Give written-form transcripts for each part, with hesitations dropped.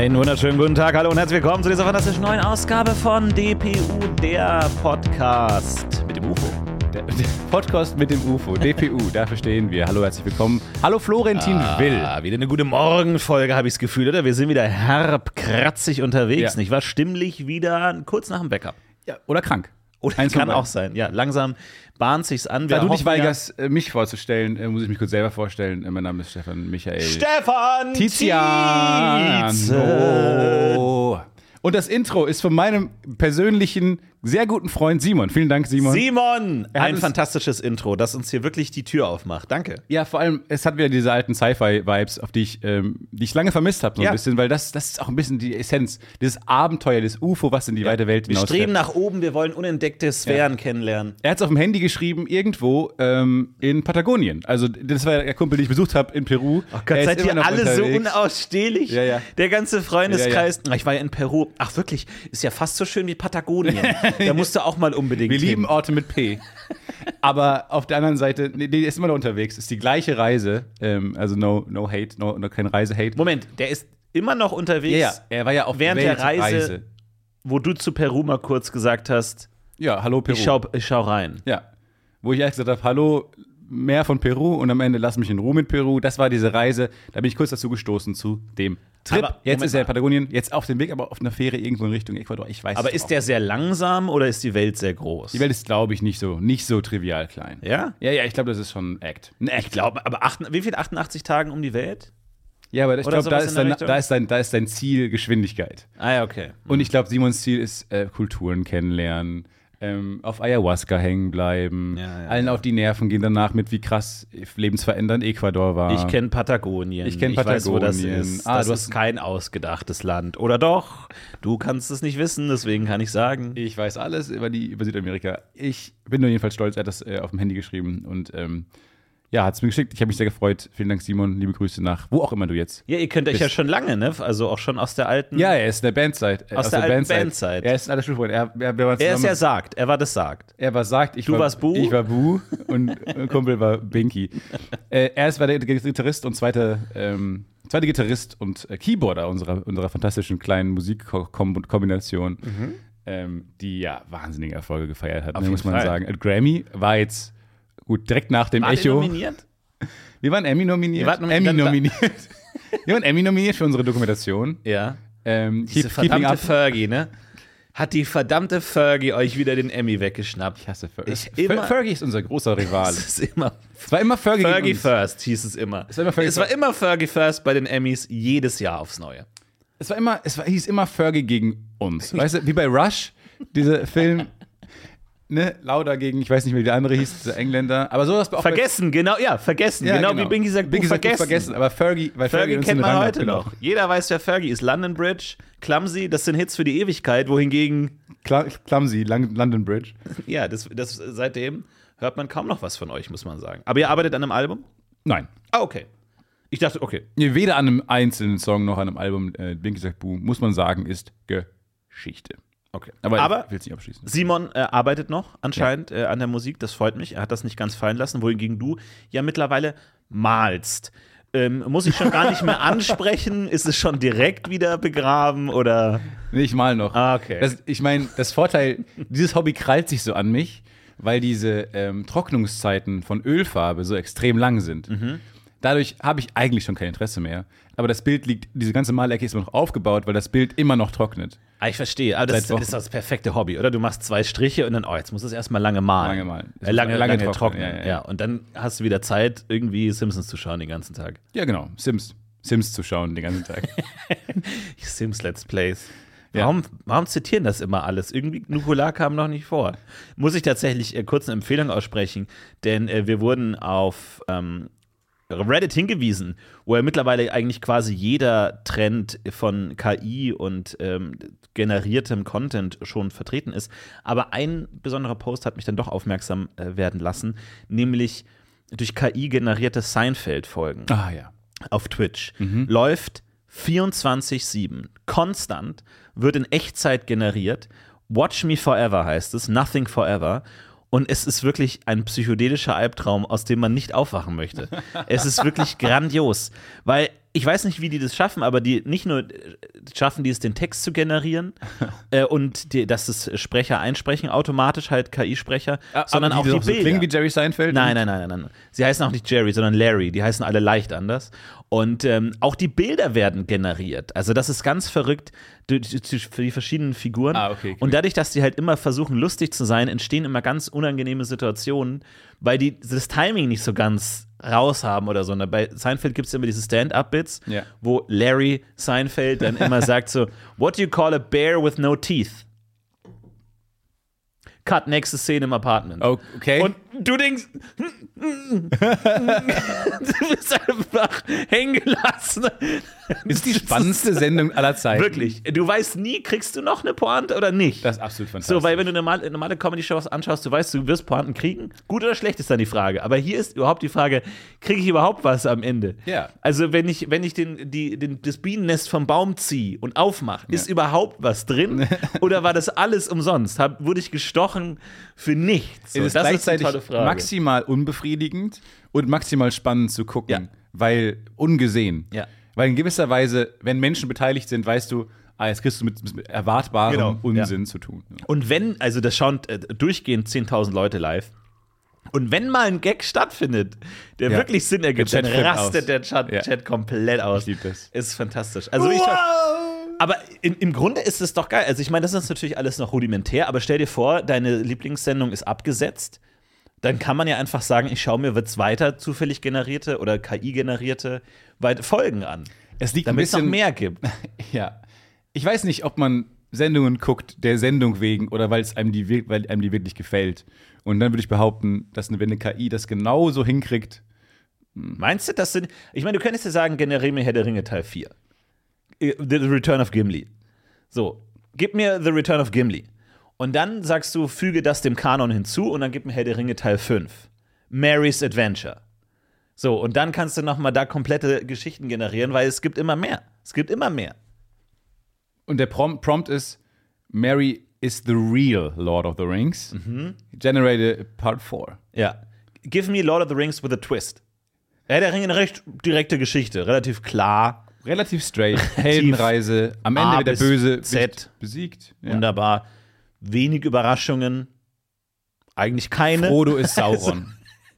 Einen wunderschönen guten Tag, hallo und herzlich willkommen zu dieser fantastischen neuen Ausgabe von DPU, der Podcast mit dem UFO. Der Podcast mit dem UFO, DPU, dafür stehen wir. Hallo, herzlich willkommen. Hallo Florentin Will. Wieder eine gute Morgenfolge, habe ich das Gefühl, oder? Wir sind wieder herb-kratzig unterwegs, Ja. nicht wahr? Stimmlich wieder kurz nach dem Bäcker. Ja, oder krank. Oder Eins kann von beiden. auch sein, ja. Langsam bahnt sich's an. Da du dich hoffen ja- weigerst, mich vorzustellen, muss ich mich kurz selber vorstellen. Mein Name ist Stefan Michael Stefan Tiziano. Tietze. Und das Intro ist von meinem persönlichen, sehr guten Freund Simon. Vielen Dank, Simon. Simon, Er hat ein es- fantastisches Intro, das uns hier wirklich die Tür aufmacht. Danke. Ja, vor allem, es hat wieder diese alten Sci-Fi-Vibes, auf die ich lange vermisst habe, so ein Ja. bisschen, weil das ist auch ein bisschen die Essenz, dieses Abenteuer, das UFO, was in die weite Welt Wir streben hinausfährt. nach oben, wir wollen unentdeckte Sphären kennenlernen. Er hat es auf dem Handy geschrieben, irgendwo in Patagonien. Also, das war der Kumpel, den ich besucht habe in Peru. Oh Gott, seid ihr alle so unausstehlich? Ja, ja. Der ganze Freundeskreis. Ich war ja in Peru. Ach wirklich, ist ja fast so schön wie Patagonien. Da musst du auch mal unbedingt Wir hin. lieben Orte mit P. Aber auf der anderen Seite, nee, der ist immer noch unterwegs. Ist die gleiche Reise. Also no hate, kein Reise-Hate. Moment, der ist immer noch unterwegs, Ja, er war ja auf während der Weltreise. Reise, wo du zu Peru mal kurz gesagt hast, Ja, hallo Peru. ich schau rein. Ja. Wo ich erst gesagt habe, hallo, mehr von Peru und am Ende lass mich in Ruhe mit Peru. Das war diese Reise. Da bin ich kurz dazu gestoßen zu dem Trip. Aber, jetzt Moment ist er in mal. Patagonien, jetzt auf dem Weg, aber auf einer Fähre irgendwo in Richtung Ecuador. Ich weiß Aber es ist auch der sehr langsam oder ist die Welt sehr groß? Die Welt ist, glaube ich, nicht so trivial klein. Ja? Ja, ich glaube, das ist schon ein Act. Ich glaube, aber wie viel? 88 Tagen um die Welt? Ja, aber ich Oder glaube, da, sowas in der Richtung? da ist dein Ziel Geschwindigkeit. Ah ja, okay. Und ich glaube, Simons Ziel ist Kulturen kennenlernen, auf Ayahuasca hängen bleiben, Ja, allen auf die Nerven gehen danach mit, wie krass lebensverändernd Ecuador war. Ich kenne Patagonien. Ich kenn weiß, wo das Patagonien. ist. Ah, Das du ist hast- kein ausgedachtes Land. Oder doch? Du kannst es nicht wissen, deswegen kann ich sagen. Ich weiß alles über Südamerika. Ich bin nur jedenfalls stolz, er hat das auf dem Handy geschrieben und hat es mir geschickt. Ich habe mich sehr gefreut. Vielen Dank, Simon. Liebe Grüße nach wo auch immer du jetzt. Ja, ihr kennt euch Bist- ja schon lange, ne? Also auch schon aus der alten. Ja, er ist in der Bandzeit. Aus der alten Bandzeit. Er ist ein alter Schulfreund. Er Er ist ja sagt. Er war das sagt. Er war sagt, Du warst Bu? Ich war Bu und ein Kumpel war Binky. War der Gitarrist und zweite Gitarrist und Keyboarder unserer fantastischen kleinen Musikkombination, die ja wahnsinnige Erfolge gefeiert hat, Auf ne, jeden muss man Fall. sagen. Grammy war jetzt gut direkt nach dem War der Echo. nominiert? Wir waren Emmy nominiert. Ihr wart nominiert. Wir waren Emmy nominiert für unsere Dokumentation. Ja. Keeping Diese verdammte Up. Fergie, ne? Hat die verdammte Fergie euch wieder den Emmy weggeschnappt? Ich hasse Fergie. immer- Fergie ist unser großer Rivale. Es ist immer Es war immer Fergie Fergie gegen uns. First, hieß es immer. Es war immer Fergie Es war immer Fergie First bei den Emmys, jedes Jahr aufs Neue. Hieß immer Fergie gegen uns. Weißt du, wie bei Rush, dieser Film, ne, Lauda gegen, ich weiß nicht mehr, wie der andere hieß, dieser Engländer. Aber sowas auch Vergessen, genau, ja, vergessen. Ja, genau wie Binky sagt, Binky sagt, vergessen. vergessen. Aber Fergie, weil Fergie uns kennt den man Rang heute abgelaufen. noch. Jeder weiß, wer Fergie ist. London Bridge, Clumsy, das sind Hits für die Ewigkeit, wohingegen, Clumsy, London Bridge. ja, das seitdem hört man kaum noch was von euch, muss man sagen. Aber ihr arbeitet an einem Album? Nein. Ah, okay. Ich dachte, okay. Nee, weder an einem einzelnen Song noch an einem Album, Binky sagt, Boom, muss man sagen, ist Geschichte. Okay. Aber Aber ich will es nicht abschließen. Simon arbeitet noch anscheinend an der Musik, das freut mich. Er hat das nicht ganz fallen lassen, wohingegen du ja mittlerweile malst. Muss ich schon gar nicht mehr ansprechen? Ist es schon direkt wieder begraben oder? Nee, ich mal noch. Ah, okay. Ich meine, das Vorteil, dieses Hobby krallt sich so an mich, weil diese Trocknungszeiten von Ölfarbe so extrem lang sind. Dadurch habe ich eigentlich schon kein Interesse mehr. Aber das Bild diese ganze Malecke ist immer noch aufgebaut, weil das Bild immer noch trocknet. Ah, ich verstehe. Aber das Seit Wochen. ist das perfekte Hobby, oder? Du machst 2 Striche und dann, jetzt muss es erstmal lange malen. Lange malen. Lange trocknen, trocknen. Ja. Und dann hast du wieder Zeit, irgendwie Simpsons zu schauen den ganzen Tag. Ja, genau. Sims zu schauen den ganzen Tag. Sims Let's Plays. Ja. Warum zitieren das immer alles? Irgendwie Nukular kam noch nicht vor. Muss ich tatsächlich kurz eine Empfehlung aussprechen, denn wir wurden auf Reddit hingewiesen, wo ja mittlerweile eigentlich quasi jeder Trend von KI und generiertem Content schon vertreten ist. Aber ein besonderer Post hat mich dann doch aufmerksam werden lassen, nämlich durch KI generierte Seinfeld-Folgen Ah ja. auf Twitch. Läuft 24/7, konstant, wird in Echtzeit generiert. Watch Me Forever heißt es, Nothing Forever. Und es ist wirklich ein psychedelischer Albtraum, aus dem man nicht aufwachen möchte. Es ist wirklich grandios, weil ich weiß nicht, wie die das schaffen, aber die nicht nur schaffen die es, den Text zu generieren und dass das Sprecher einsprechen, automatisch halt KI-Sprecher, sondern auch die Bilder. Klingen wie Jerry Seinfeld? Nein. Sie heißen auch nicht Jerry, sondern Larry. Die heißen alle leicht anders. Und auch die Bilder werden generiert. Also das ist ganz verrückt für die verschiedenen Figuren. Okay, cool. Und dadurch, dass die halt immer versuchen, lustig zu sein, entstehen immer ganz unangenehme Situationen, weil die das Timing nicht so ganz raus haben oder so. Und bei Seinfeld gibt es immer diese Stand-Up-Bits, wo Larry Seinfeld dann immer sagt so, what do you call a bear with no teeth? Cut, nächste Szene im Apartment. Okay. Und du denkst, du bist einfach hängen gelassen. Ist die spannendste Sendung aller Zeiten. Wirklich. Du weißt nie, kriegst du noch eine Pointe oder nicht. Das ist absolut fantastisch. So, weil wenn du normale Comedy-Shows anschaust, du weißt, du wirst Pointen kriegen. Gut oder schlecht ist dann die Frage. Aber hier ist überhaupt die Frage, kriege ich überhaupt was am Ende? Ja. Also wenn ich das Bienennest vom Baum ziehe und aufmache, ist überhaupt was drin? Oder war das alles umsonst? Wurde ich gestochen für nichts? So, das ist gleichzeitig maximal unbefriedigend und maximal spannend zu gucken, weil ungesehen. Ja. Weil in gewisser Weise, wenn Menschen beteiligt sind, weißt du, jetzt kriegst du mit erwartbarem Unsinn zu tun. Und wenn, also das schauen durchgehend 10.000 Leute live, und wenn mal ein Gag stattfindet, der wirklich Sinn ergibt, dann rastet der Chat komplett aus. Ich liebe das. Ist fantastisch. Also aber im Grunde ist es doch geil. Also ich meine, das ist natürlich alles noch rudimentär, aber stell dir vor, deine Lieblingssendung ist abgesetzt. Dann kann man ja einfach sagen, ich schaue mir jetzt weiter zufällig generierte oder KI-generierte Folgen an. Es liegt damit ein bisschen es noch mehr gibt. Ja. Ich weiß nicht, ob man Sendungen guckt, der Sendung wegen oder weil einem die wirklich gefällt. Und dann würde ich behaupten, dass wenn eine KI das genauso hinkriegt. Meinst du, ich meine, du könntest ja sagen, generiere mir Herr der Ringe Teil 4. The Return of Gimli. So, gib mir The Return of Gimli. Und dann sagst du, füge das dem Kanon hinzu und dann gib mir Herr der Ringe Teil 5. Mary's Adventure. So, und dann kannst du noch mal da komplette Geschichten generieren, weil es gibt immer mehr. Es gibt immer mehr. Und der Prompt ist, Mary is the real Lord of the Rings. Generate Part 4. Ja. Give me Lord of the Rings with a twist. Herr der Ringe eine recht direkte Geschichte, relativ klar. Relativ straight, Heldenreise, am Ende wird der Böse besiegt. Ja. Wunderbar. Wenig Überraschungen. Eigentlich keine. Frodo ist Sauron.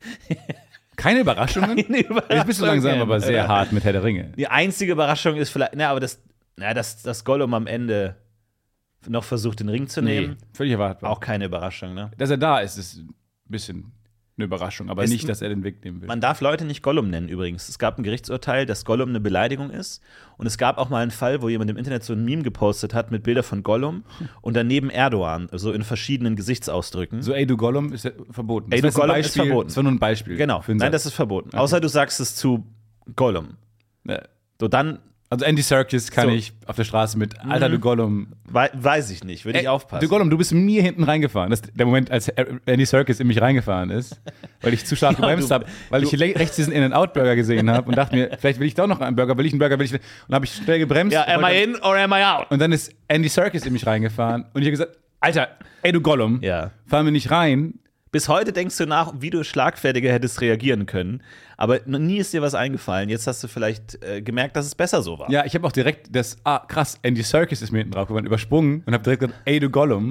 Keine Überraschungen? Keine Überraschungen. Jetzt bist du langsam aber sehr hart mit Herr der Ringe. Die einzige Überraschung ist vielleicht, aber dass Gollum am Ende noch versucht, den Ring zu nehmen. Nee, völlig erwartbar. Auch keine Überraschung, ne? Dass er da ist ein bisschen eine Überraschung, aber nicht, dass er den Weg nehmen will. Man darf Leute nicht Gollum nennen übrigens. Es gab ein Gerichtsurteil, dass Gollum eine Beleidigung ist. Und es gab auch mal einen Fall, wo jemand im Internet so ein Meme gepostet hat mit Bildern von Gollum und daneben Erdogan, so in verschiedenen Gesichtsausdrücken. So, ey, du Gollum ist ja verboten. Ey, du Gollum ist verboten. Das war nur ein Beispiel. Genau. Nein, das ist verboten. Okay. Außer du sagst es zu Gollum. Ja. So, dann. Also Andy Serkis kann ich auf der Straße mit Alter, du Gollum. Weiß ich nicht, würde ich aufpassen. Du Gollum, du bist mir hinten reingefahren. Das ist der Moment, als Andy Serkis in mich reingefahren ist, weil ich zu stark gebremst habe, weil ich rechts diesen In-N-Out-Burger gesehen habe und dachte mir, vielleicht will ich doch noch einen Burger, und habe ich schnell gebremst. Ja, am I in or am I out? Und dann ist Andy Serkis in mich reingefahren und ich habe gesagt, Alter, ey du Gollum, fahren wir nicht rein. Bis heute denkst du nach, wie du schlagfertiger hättest reagieren können. Aber nie ist dir was eingefallen. Jetzt hast du vielleicht gemerkt, dass es besser so war. Ja, ich habe auch direkt krass, Andy Serkis ist mir hinten drauf übersprungen und habe direkt gesagt, ey, du Gollum.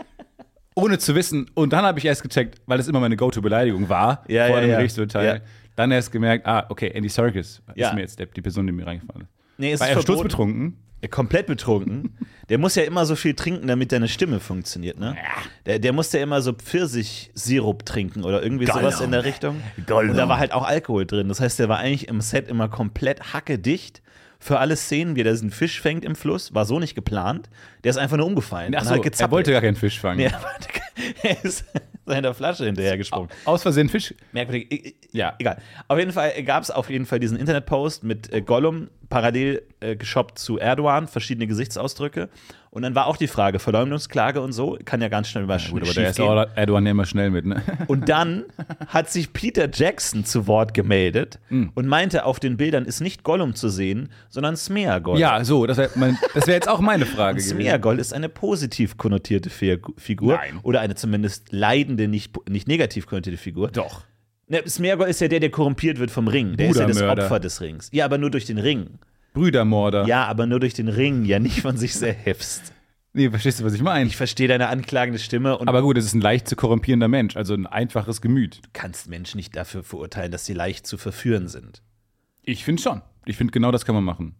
Ohne zu wissen. Und dann habe ich erst gecheckt, weil das immer meine Go-To-Beleidigung war, vor dem Gerichtsurteil. Ja. Dann erst gemerkt, okay, Andy Serkis ist mir jetzt die Person, die mir reingefahren ist. Nee, war er sturzbetrunken? Komplett betrunken. Der muss ja immer so viel trinken, damit deine Stimme funktioniert, ne? Der muss ja immer so Pfirsichsirup trinken oder irgendwie sowas in der Richtung. Und da war halt auch Alkohol drin. Das heißt, der war eigentlich im Set immer komplett hackedicht für alle Szenen, wie er diesen Fisch fängt im Fluss. War so nicht geplant. Der ist einfach nur umgefallen. Ach so, er wollte gar keinen Fisch fangen. Nee, er ist seiner Flasche hinterhergesprungen. Aus Versehen Fisch? Merkwürdig. Ja, egal. Auf jeden Fall gab es diesen Internetpost mit Gollum parallel geshoppt zu Erdogan, verschiedene Gesichtsausdrücke. Und dann war auch die Frage, Verleumdungsklage und so, kann ja ganz schnell aber der ist Erdogan ja immer schnell mit, ne? Und dann hat sich Peter Jackson zu Wort gemeldet und meinte, auf den Bildern ist nicht Gollum zu sehen, sondern Smeagol. Ja, so, das wäre jetzt auch meine Frage gewesen. Smeagol ist eine positiv konnotierte Figur. Nein. Oder eine zumindest leidende, nicht negativ konnotierte Figur. Doch. Ne, Smeagol ist ja der korrumpiert wird vom Ring. Der ist ja das Brudermörder. Opfer des Rings. Ja, aber nur durch den Ring. Brüdermorder. Ja, aber nur durch den Ring, ja nicht von sich selbst. Nee, verstehst du, was ich meine? Ich verstehe deine anklagende Stimme und Aber gut, es ist ein leicht zu korrumpierender Mensch, also ein einfaches Gemüt. du kannst Menschen nicht dafür verurteilen, dass sie leicht zu verführen sind. Ich finde schon. Ich finde, genau das kann man machen.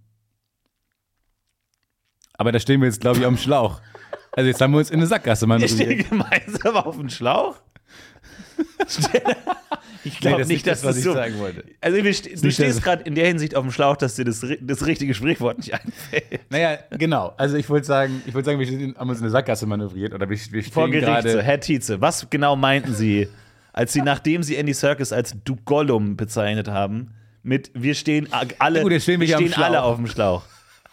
Aber da stehen wir jetzt, glaube ich, am Schlauch. Also jetzt haben wir uns in eine Sackgasse Wir stehen manövriert. gemeinsam auf dem Schlauch? Ich glaube das ist nicht, dass was das ich so. sagen wollte. Also du nicht stehst das- gerade in der Hinsicht auf dem Schlauch, dass dir das richtige Sprichwort nicht einfällt. Naja, genau. Also ich wollte sagen, wir haben uns in eine Sackgasse manövriert. Oder wir stehen Vor Gericht, gerade. Herr Tietze, was genau meinten Sie, nachdem Sie Andy Serkis als Du Gollum bezeichnet haben, mit wir stehen alle, Ja gut, jetzt stehen wir hier am Schlauch. alle auf dem Schlauch.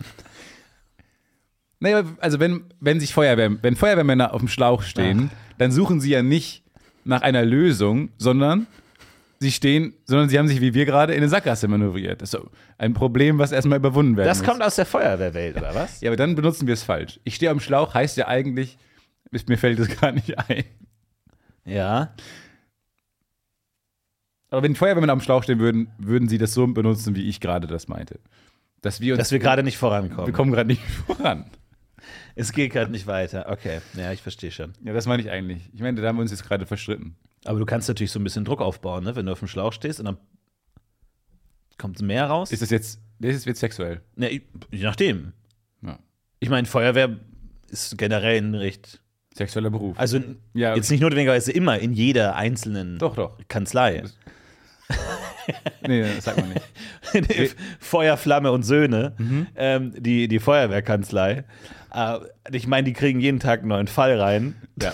Naja, also wenn Feuerwehrmänner auf dem Schlauch stehen, dann suchen sie ja nicht nach einer Lösung, sondern sie haben sich wie wir gerade in eine Sackgasse manövriert. Das ist so ein Problem, was erstmal überwunden werden Das muss. kommt aus der Feuerwehrwelt, oder was? Ja, aber dann benutzen wir es falsch. Ich stehe am Schlauch heißt ja eigentlich, mir fällt das gar nicht ein. Ja. Aber wenn Feuerwehrmänner am Schlauch stehen würden, würden sie das so benutzen, wie ich gerade das meinte. Dass wir gerade nicht vorankommen. wir kommen gerade nicht voran. Es geht gerade nicht weiter. Okay, ja, ich verstehe schon. Ja, das meine ich eigentlich. Ich meine, da haben wir uns jetzt gerade verstritten. Aber du kannst natürlich so ein bisschen Druck aufbauen, ne? Wenn du auf dem Schlauch stehst und dann kommt mehr raus. Das ist jetzt sexuell. Ne, je nachdem. Ja. Ich meine, Feuerwehr ist generell ein recht. Sexueller Beruf. Also Ja. jetzt nicht notwendigerweise immer in jeder einzelnen Doch. Kanzlei. Nee, das sagt man nicht. Feuer, Flamme und Söhne, Mhm. die Feuerwehrkanzlei. Ich meine, die kriegen jeden Tag einen neuen Fall rein. Ja.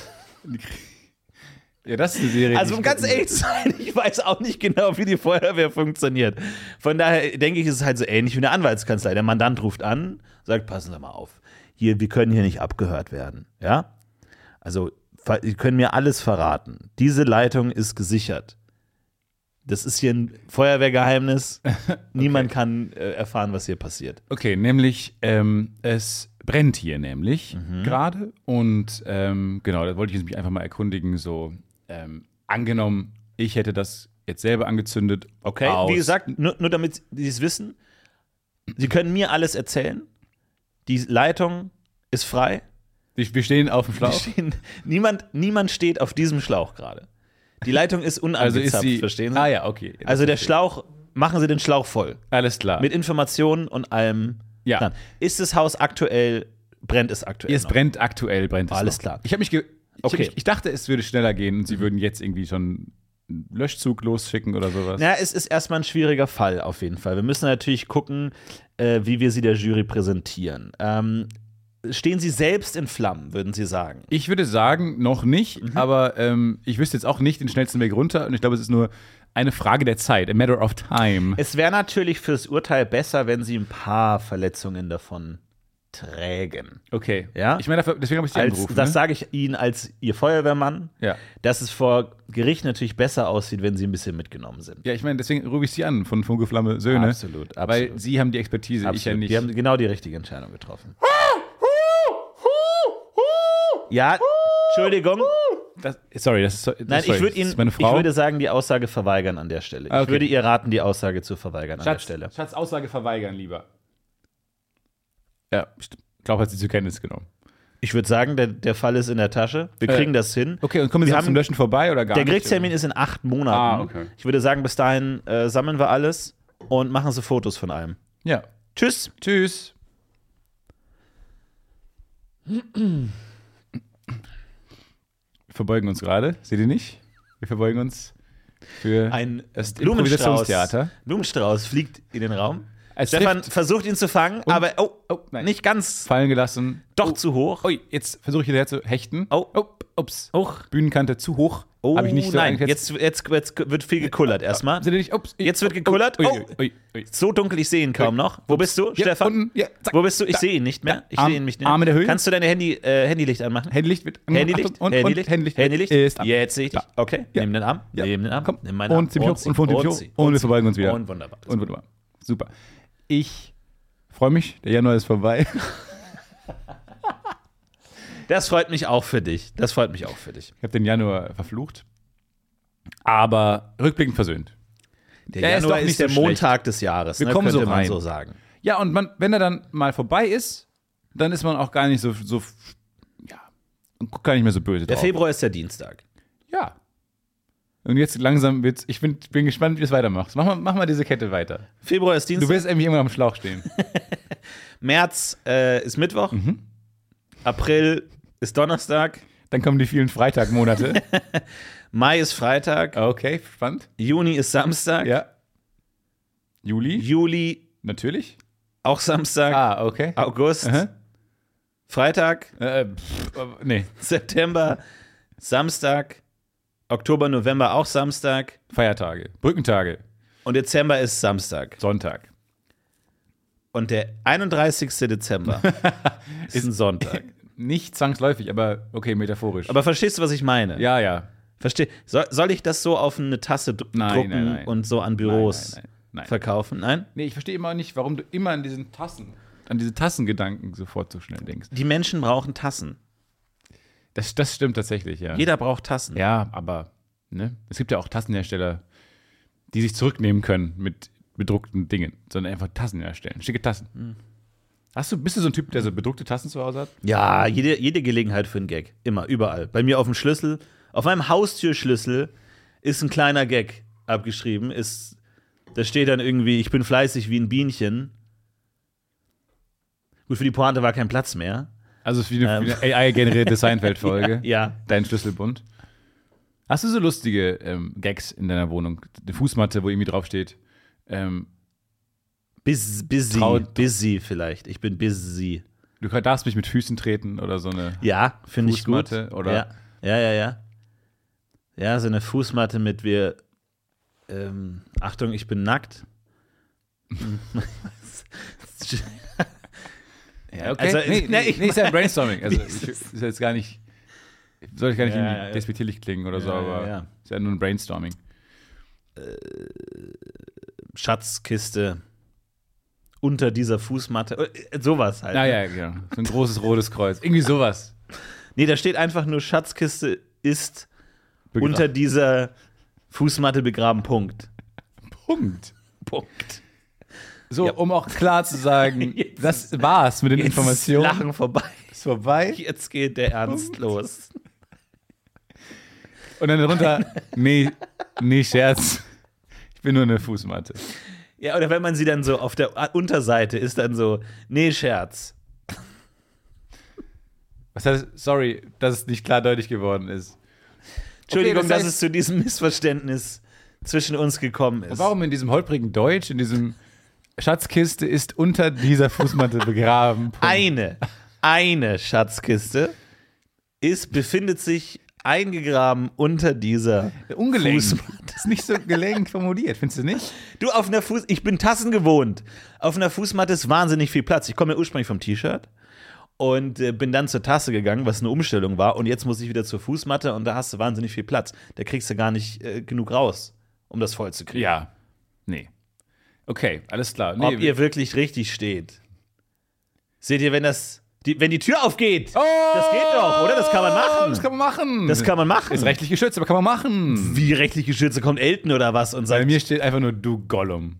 Ja, das ist eine Serie. Also, um ganz ehrlich zu sein, ich weiß auch nicht genau, wie die Feuerwehr funktioniert. Von daher denke ich, ist es halt so ähnlich wie eine Anwaltskanzlei. Der Mandant ruft an, sagt, passen Sie mal auf. Wir können hier nicht abgehört werden. Ja? Also, Sie können mir alles verraten. Diese Leitung ist gesichert. Das ist hier ein Feuerwehrgeheimnis. Niemand kann erfahren, was hier passiert. Okay, nämlich, es brennt hier nämlich gerade. Und genau, da wollte ich mich einfach mal erkundigen, so angenommen, ich hätte das jetzt selber angezündet. Okay, wie gesagt, nur damit Sie es wissen, Sie können mir alles erzählen. Die Leitung ist frei. Wir stehen auf dem Schlauch. Niemand steht auf diesem Schlauch gerade. Die Leitung ist Also unangezapft, ist sie. verstehen Sie? Ah ja, okay. Das Also der verstehe Schlauch, machen Sie den Schlauch voll. ich. Alles klar. Mit Informationen und allem. Ja. dran. Ist das Haus aktuell, brennt es aktuell Es noch? brennt aktuell, brennt es Alles noch. klar. Ich habe mich Okay. ich dachte, es würde schneller gehen und sie würden jetzt irgendwie schon einen Löschzug losschicken oder sowas. Ja, es ist erstmal ein schwieriger Fall auf jeden Fall. Wir müssen natürlich gucken, wie wir sie der Jury präsentieren. Stehen Sie selbst in Flammen, würden Sie sagen? Ich würde sagen, noch nicht, aber ich wüsste jetzt auch nicht den schnellsten Weg runter und ich glaube, es ist nur eine Frage der Zeit, a matter of time. Es wäre natürlich fürs Urteil besser, wenn Sie ein paar Verletzungen davon trägen. Okay. Ja? Ich meine, deswegen habe ich Sie angerufen. Das Ne? sage ich Ihnen als Ihr Feuerwehrmann, Ja. dass es vor Gericht natürlich besser aussieht, wenn Sie ein bisschen mitgenommen sind. Ja, ich meine, deswegen rufe ich Sie an von Funke Flamme Söhne. Absolut, Weil absolut. Sie haben die Expertise, ich ja Absolut. nicht. Die haben genau die richtige Entscheidung getroffen. Ja, Entschuldigung. das ist Nein, sorry, das ist meine Frau. ich würde sagen, die Aussage verweigern an der Stelle. Ah, okay. Ich würde ihr raten, die Aussage zu verweigern an der Stelle. Schatz, Aussage verweigern lieber. Ja, ich glaube, hat sie zur Kenntnis genommen. Ich würde sagen, der Fall ist in der Tasche. Wir kriegen das hin. Okay, und kommen Sie Wir jetzt zum haben- Löschen vorbei oder gar Der nicht? Gerichtstermin ist in 8 Monaten. okay. Ich würde sagen, bis dahin sammeln wir alles und machen Sie Fotos von allem. Ja. Tschüss. Tschüss. Wir verbeugen uns gerade. Seht ihr nicht? Wir verbeugen uns für Ein das Blumenstrauß. Improvisationstheater. Blumenstrauß fliegt in den Raum. Es Stefan trifft- versucht ihn zu fangen, aber nein. nicht ganz. fallen gelassen. Doch zu hoch. Ui, jetzt versuche ich hinterher zu hechten. Oh. Ups. Hoch. Bühnenkante zu hoch. Oh, Hab ich nicht so nein, eingeschätzt. jetzt wird viel gekullert erstmal. Seht ihr nicht? Ups. Jetzt wird gekullert. Ui, Oh. ui. So dunkel, ich sehe ihn kaum noch. Wo bist du, Ja, Stefan? unten. Ja, zack. Wo bist du? Ich Da. sehe ihn nicht mehr. Ich Arm- sehe ihn nicht mehr. Arm in der Höhe. Kannst du deine Handylicht anmachen? Handylicht wird Handylicht? Achtung, und Handylicht? Handylicht. Handylicht? Ist an. Jetzt sehe ich dich. Da. Okay, Ja. nimm den Arm. Ja. Nimm den Arm. Komm. Nimm meinen Arm. Und ziemlich hoch und von ziemlich hoch. zieh. Und wir verbeugen uns wieder. Und wunderbar. Und wunderbar. Super. Ich freue mich. Der Januar ist vorbei. Das freut mich auch für dich. Das freut mich auch für dich. Ich habe den Januar verflucht. Aber rückblickend versöhnt. Der Ja, ist Januar doch nicht ist der so schlecht. Montag des Jahres, Wir kommen könnte so man rein. so sagen. Ja, und wenn er dann mal vorbei ist, dann ist man auch gar nicht so ja, und guckt gar nicht mehr so böse Der drauf. Februar ist der Dienstag. Ja. Und jetzt langsam wird's, bin gespannt, wie du es weitermachst. Mach mal diese Kette weiter. Februar ist Du Dienstag. wirst irgendwie immer am Schlauch stehen. März ist Mittwoch. Mhm. April ist Donnerstag. Dann kommen die vielen Freitagmonate. Mai ist Freitag. Okay, spannend. Juni ist Samstag. Ja. Juli? Juli Natürlich. auch Samstag. Ah, okay. August Aha. Freitag. Nee, September Samstag. Oktober, November auch Samstag. Feiertage, Brückentage, Und Dezember ist Samstag. Sonntag. Und der 31. Dezember ist ein Sonntag. Nicht zwangsläufig, aber okay, metaphorisch. Aber verstehst du, was ich meine? ja. Soll ich das so auf eine Tasse drucken nein. und so an Büros Nein. verkaufen? Nein? Nee, ich verstehe immer nicht, warum du immer an diese Tassengedanken sofort so schnell denkst. Die Menschen brauchen Tassen. Das stimmt tatsächlich, ja. Jeder braucht Tassen. Ja, aber ne? Es gibt ja auch Tassenhersteller, die sich zurücknehmen können mit bedruckten Dingen, sondern einfach Tassen herstellen. Schicke Tassen. Bist du so ein Typ, der so bedruckte Tassen zu Hause hat? Ja, jede Gelegenheit für einen Gag. Immer, überall. Bei mir auf dem Schlüssel, auf meinem Haustürschlüssel ist ein kleiner Gag abgeschrieben. Da steht dann irgendwie, ich bin fleißig wie ein Bienchen. Gut, für die Pointe war kein Platz mehr. Also es ist wie eine AI-generierte Seinfeld-Folge. Ja. Dein Schlüsselbund. Hast du so lustige Gags in deiner Wohnung? Eine Fußmatte, wo irgendwie draufsteht. Busy vielleicht. Ich bin busy. Du darfst mich mit Füßen treten oder so eine Ja, finde ich gut. Fußmatte. Oder Ja. Ja, so eine Fußmatte mit Achtung, ich bin nackt. Ja, okay. Also, ist ja ein Brainstorming. Also ist jetzt gar nicht, soll ich gar nicht irgendwie Ja. despektierlich klingen oder so, Ja, aber ja. ist ja nur ein Brainstorming. Schatzkiste unter dieser Fußmatte. Sowas halt. Ja, genau. So ein großes rotes Kreuz. Irgendwie sowas. Nee, da steht einfach nur Schatzkiste ist Begra- unter dieser Fußmatte begraben. Punkt. Punkt. So, Ja. um auch klar zu sagen, Jetzt das war's mit den Jetzt Informationen. ist Lachen vorbei. Ist vorbei. Jetzt geht der Ernst Punkt. los. Und dann drunter, nee, Scherz. Ich bin nur eine Fußmatte. Ja, oder wenn man sie dann so auf der Unterseite ist, dann so, nee, Scherz. Was heißt, sorry, dass es nicht klar deutlich geworden ist. Entschuldigung, Okay, das dass heißt- es zu diesem Missverständnis zwischen uns gekommen ist. Warum in diesem holprigen Deutsch, in diesem Schatzkiste ist unter dieser Fußmatte begraben? Punkt. Eine Schatzkiste befindet sich eingegraben unter dieser Ungelenkt. Fußmatte. Ist nicht so gelenkt formuliert, findest du nicht? Du, ich bin Tassen gewohnt. Auf einer Fußmatte ist wahnsinnig viel Platz. Ich komme ja ursprünglich vom T-Shirt und bin dann zur Tasse gegangen, was eine Umstellung war. Und jetzt muss ich wieder zur Fußmatte und da hast du wahnsinnig viel Platz. Da kriegst du gar nicht genug raus, um das voll zu kriegen. Ja. Nee. Okay, alles klar. Nee, Ob ihr wirklich richtig steht. Seht ihr, wenn die Tür aufgeht? Das geht doch, oder? Das kann man machen. Das kann man machen. Das kann man machen. Ist rechtlich geschützt, aber kann man machen. Wie rechtlich geschützt, kommt Elton oder was und Bei sagt, mir steht einfach nur du Gollum.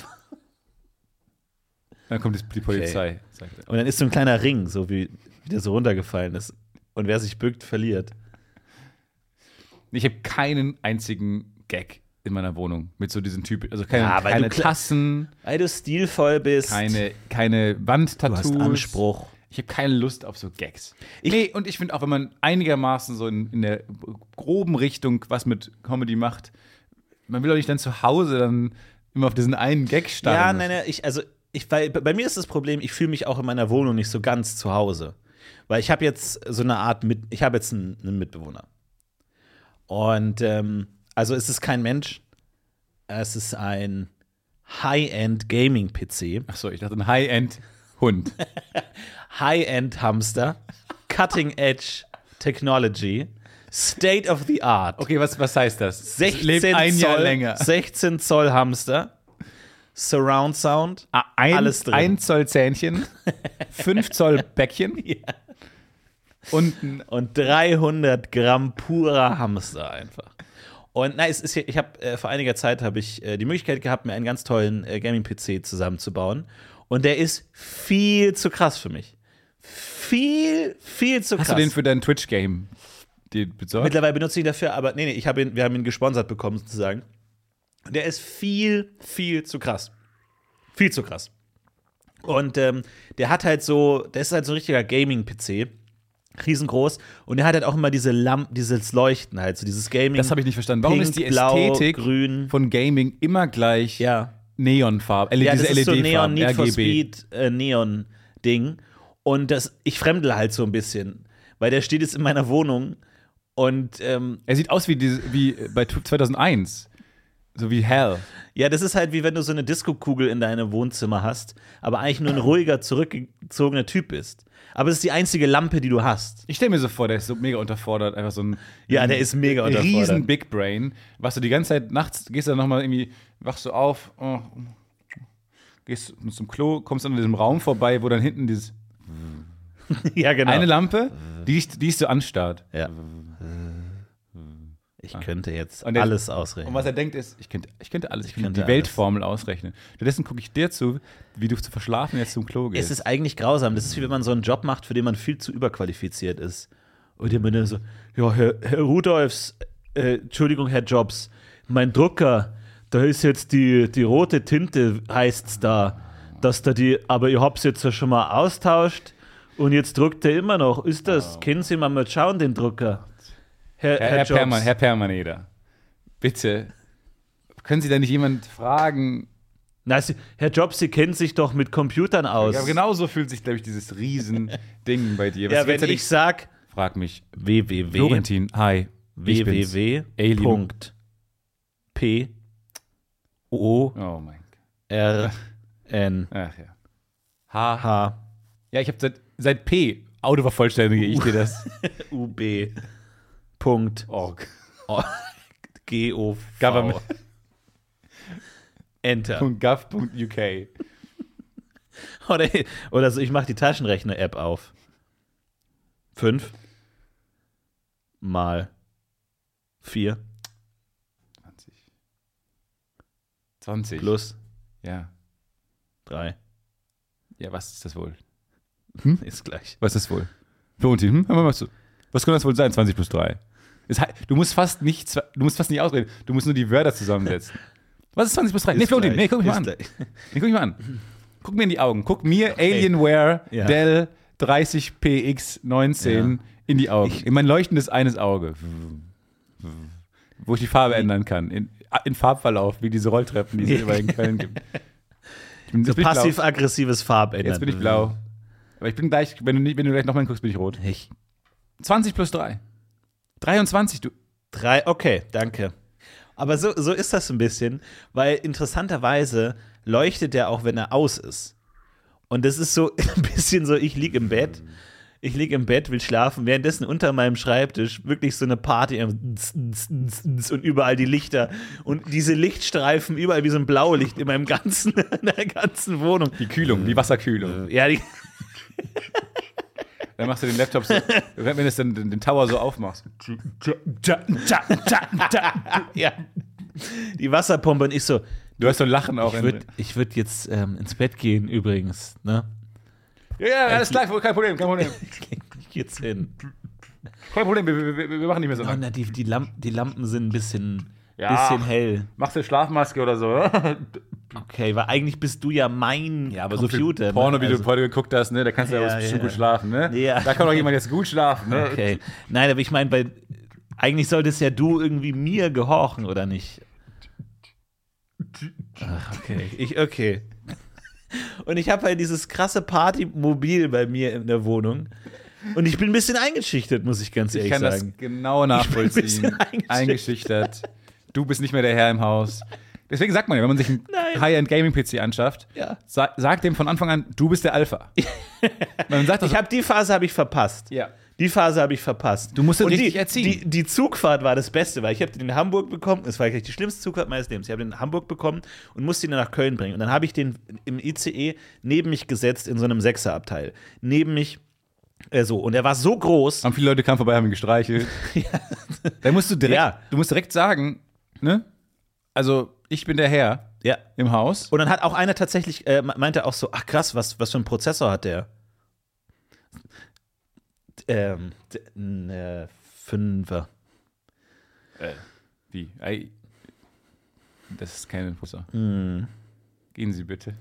Dann kommt die Polizei. und dann ist so ein kleiner Ring, so wie der so runtergefallen ist. Und wer sich bückt, verliert. Ich habe keinen einzigen Gag in meiner Wohnung mit so diesen Typen. Also keine, Ja, weil keine du Tassen, Weil du stilvoll bist. keine Du Wandtattoos. hast Anspruch. Ich habe keine Lust auf so Gags. Und ich finde auch, wenn man einigermaßen so in der groben Richtung was mit Comedy macht, man will doch nicht dann zu Hause dann immer auf diesen einen Gag starren. Ja, nein, weil bei mir ist das Problem, ich fühle mich auch in meiner Wohnung nicht so ganz zu Hause. Weil ich habe jetzt so eine Art, ich habe jetzt einen Mitbewohner. Und also es ist kein Mensch, es ist ein High-End-Gaming-PC, Achso, ich dachte ein High-End-Hund. High-End-Hamster, Cutting-Edge-Technology, State of the Art. Okay, was heißt das? 16 Lebt ein Zoll, Jahr länger. 16 Zoll Hamster, Surround Sound, alles drin. 1 Zoll Zähnchen, 5 Zoll Bäckchen und und 300 Gramm purer Hamster einfach. Und na, ich habe vor einiger Zeit die Möglichkeit gehabt, mir einen ganz tollen Gaming-PC zusammenzubauen. Und der ist viel zu krass für mich. Viel zu krass. Hast du den für dein Twitch-Game besorgt? Mittlerweile benutze ich ihn dafür, aber nee, wir haben ihn gesponsert bekommen sozusagen. Und der ist viel zu krass. Viel zu krass. Und der ist halt so ein richtiger Gaming-PC. Riesengroß. Und der hat halt auch immer dieses Leuchten halt, so dieses Gaming. Das habe ich nicht verstanden. Warum Pink, ist die Blau, Ästhetik Grün von Gaming immer gleich Neonfarben? Ja, das diese ist so LED-Farben, Need for RGB. Speed Neon-Ding. Und ich fremdle halt so ein bisschen. Weil der steht jetzt in meiner Wohnung und Er sieht aus wie bei 2001. So wie Hell. ja, das ist halt wie wenn du so eine Disco-Kugel in deinem Wohnzimmer hast, aber eigentlich nur ein ruhiger, zurückgezogener Typ bist. Aber es ist die einzige Lampe, die du hast. Ich stelle mir so vor, der ist so mega unterfordert. Einfach so ein Ja, der ist mega unterfordert. riesen Big Brain. Was du die ganze Zeit nachts, gehst du dann nochmal irgendwie, wachst du auf, gehst zum Klo, kommst an diesem Raum vorbei, wo dann hinten dieses Ja, genau. eine Lampe, die ist so anstarrt. Ja. Ich könnte jetzt Und der- alles ausrechnen. Und was er denkt ist, ich könnte alles, ich könnte könnte die Weltformel ausrechnen. Stattdessen gucke ich dir zu, wie du zu verschlafen jetzt zum Klo gehst. Es ist eigentlich grausam. Das ist wie wenn man so einen Job macht, für den man viel zu überqualifiziert ist. Und immer nur so, ja, Herr Rudolfs, Entschuldigung, Herr Jobs, mein Drucker, da ist jetzt die rote Tinte, heißt's da, aber ihr habt's jetzt ja schon mal austauscht und jetzt druckt er immer noch. Ist das? Können Sie mal schauen, den Drucker? Herr Jobs. Herr Permaneder, bitte, können Sie da nicht jemand fragen? Na, Herr Jobs, Sie kennen sich doch mit Computern aus. Ja, genau so fühlt sich, glaube ich, dieses Riesen-Ding bei dir. Ja, wenn ich sag Frag mich. www. Florentin, hi. Ich bin's. Alien. www.p Oh mein Gott. R N Ach ja. H. H Ja, ich habe seit P Autovervollständige ich dir das. U B Punkt Org. G O Government. V Enter. .gov.uk. Oder so, ich mache die Taschenrechner-App auf. 5 mal 4 20. plus Ja. 3 Ja, was ist das wohl? ist gleich. Was ist das wohl? Florentin, hör mal was zu. Was kann das wohl sein? 20 plus 3. Du musst fast nicht ausreden. Du musst nur die Wörter zusammensetzen. Was ist 20 plus 3? Nee, Florentin, nee, guck mich mal an. Guck mir in die Augen. Guck mir Alienware Ja. Dell 30PX19 in die Augen. In mein leuchtendes eines Auge. Wo ich die Farbe ändern kann. In Farbverlauf, wie diese Rolltreppen, die es überall in Köln gibt. So passiv-aggressives Farbändern. Jetzt bin ich blau. Aber ich bin gleich, wenn du gleich nochmal hinguckst, bin ich rot. 20 plus 3. 23, du. 3, okay, danke. Aber so ist das ein bisschen, weil interessanterweise leuchtet der auch, wenn er aus ist. Und das ist so ein bisschen so, ich liege im Bett, will schlafen, währenddessen unter meinem Schreibtisch wirklich so eine Party und überall die Lichter und diese Lichtstreifen überall wie so ein Blaulicht in der ganzen Wohnung. Die Kühlung, die Wasserkühlung. Ja, Dann machst du den Laptop so, wenn du den Tower so aufmachst. ja. Die Wasserpumpe und ich so, Du hast so ein Lachen auch. ich würd jetzt ins Bett gehen übrigens, ne? Ja, alles klar, kein Problem. Ich geh jetzt hin. Kein Problem, wir machen nicht mehr so Oh, lange. na, die Lampen sind ein bisschen Ja. hell. Machst du Schlafmaske oder so, oder? Okay, weil eigentlich bist du ja mein Aber Computer. so viel Porno, wie ne? du heute geguckt hast, ne? Da kannst du ja, Ja, schon ja. gut schlafen, ne? Ja. Da kann doch jemand jetzt gut schlafen, ne? Okay. Nein, aber ich meine, eigentlich solltest ja du irgendwie mir gehorchen, oder nicht? Ach, okay. Okay. Und ich habe halt dieses krasse Partymobil bei mir in der Wohnung. Und ich bin ein bisschen eingeschüchtert, muss ich ganz ehrlich Ich kann sagen. das genau Ich nachvollziehen. bin ein bisschen Eingeschüchtert. Du bist nicht mehr der Herr im Haus. Deswegen sagt man ja, wenn man sich einen Nein. High-End-Gaming-PC anschafft, Ja. sagt dem von Anfang an, du bist der Alpha. Man sagt das Die Phase habe ich verpasst. Ja. Die Phase habe ich verpasst. Du musst ihn Und richtig erziehen. Die Zugfahrt war das Beste, weil ich habe den in Hamburg bekommen. Das war gleich die schlimmste Zugfahrt meines Lebens. Ich habe den in Hamburg bekommen und musste ihn dann nach Köln bringen. Und dann habe ich den im ICE neben mich gesetzt in so einem Sechserabteil. Neben mich so. Und er war so groß. Haben viele Leute kamen vorbei, haben ihn gestreichelt. Da musst du direkt, Ja. du musst direkt sagen, ne? Also, ich bin der Herr Ja. im Haus. Und dann hat auch einer tatsächlich, meinte auch so, ach krass, was für einen Prozessor hat der? Fünfer. Wie? Das ist kein Prozessor. Gehen Sie bitte.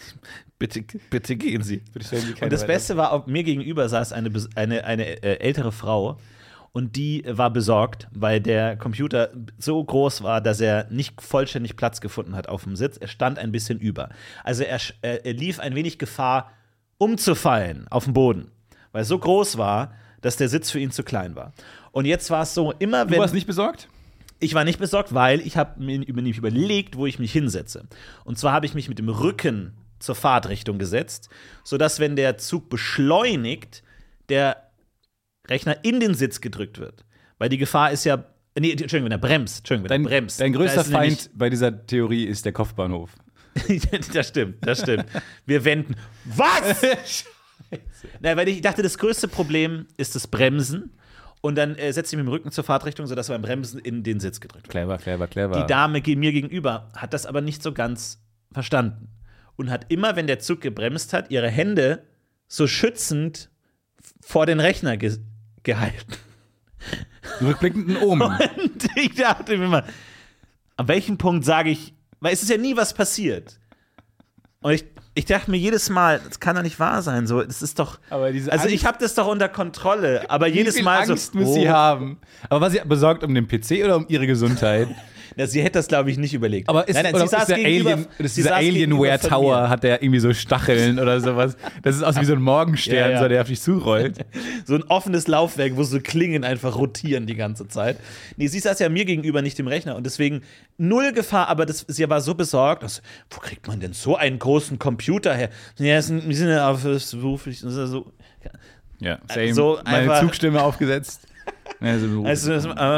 Bitte gehen Sie. Bitte stellen Sie keine Und das weiter. Beste war, mir gegenüber saß eine ältere Frau und die war besorgt, weil der Computer so groß war, dass er nicht vollständig Platz gefunden hat auf dem Sitz. Er stand ein bisschen über. Also er lief ein wenig Gefahr, umzufallen auf den Boden, weil er so groß war, dass der Sitz für ihn zu klein war. Und jetzt war es so, immer wenn. Du warst nicht besorgt? Ich war nicht besorgt, weil ich habe mir nämlich überlegt, wo ich mich hinsetze. Und zwar habe ich mich mit dem Rücken zur Fahrtrichtung gesetzt, sodass, wenn der Zug beschleunigt, der Rechner in den Sitz gedrückt wird. Weil die Gefahr ist ja. Nee, Entschuldigung, wenn er bremst. Dein größter Feind bei dieser Theorie ist der Kopfbahnhof. Das stimmt. Wir wenden. Was? Scheiße. Na, weil ich dachte, das größte Problem ist das Bremsen. Und dann setze ich mich mit dem Rücken zur Fahrtrichtung, sodass beim Bremsen in den Sitz gedrückt wird. Clever. Die Dame mir gegenüber hat das aber nicht so ganz verstanden. Und hat immer, wenn der Zug gebremst hat, ihre Hände so schützend vor den Rechner gehalten. Rückblickend ein Omen. Und ich dachte mir mal, an welchem Punkt sage ich, weil es ist ja nie was passiert. Und ich dachte mir jedes Mal, das kann doch nicht wahr sein. So, das ist doch. Aber diese also Angst, ich habe das doch unter Kontrolle. Aber jedes Mal Angst so. muss sie haben. Aber war sie besorgt um den PC oder um ihre Gesundheit? Ja, sie hätte das, glaube ich, nicht überlegt. Aber ist, sie saß der gegenüber, dieser Alienware Tower, hat der irgendwie so Stacheln oder sowas? Das ist aus wie so ein Morgenstern, Ja. so, der auf dich zurollt. So ein offenes Laufwerk, wo so Klingen einfach rotieren die ganze Zeit. Nee, sie saß ja mir gegenüber, nicht im Rechner. Und deswegen null Gefahr, aber sie war so besorgt. Dass, wo kriegt man denn so einen großen Computer her? Ja, wir sind ja auf das beruflich. So. Ja, same. So Meine einfach- Zugstimme aufgesetzt. Ja, so Es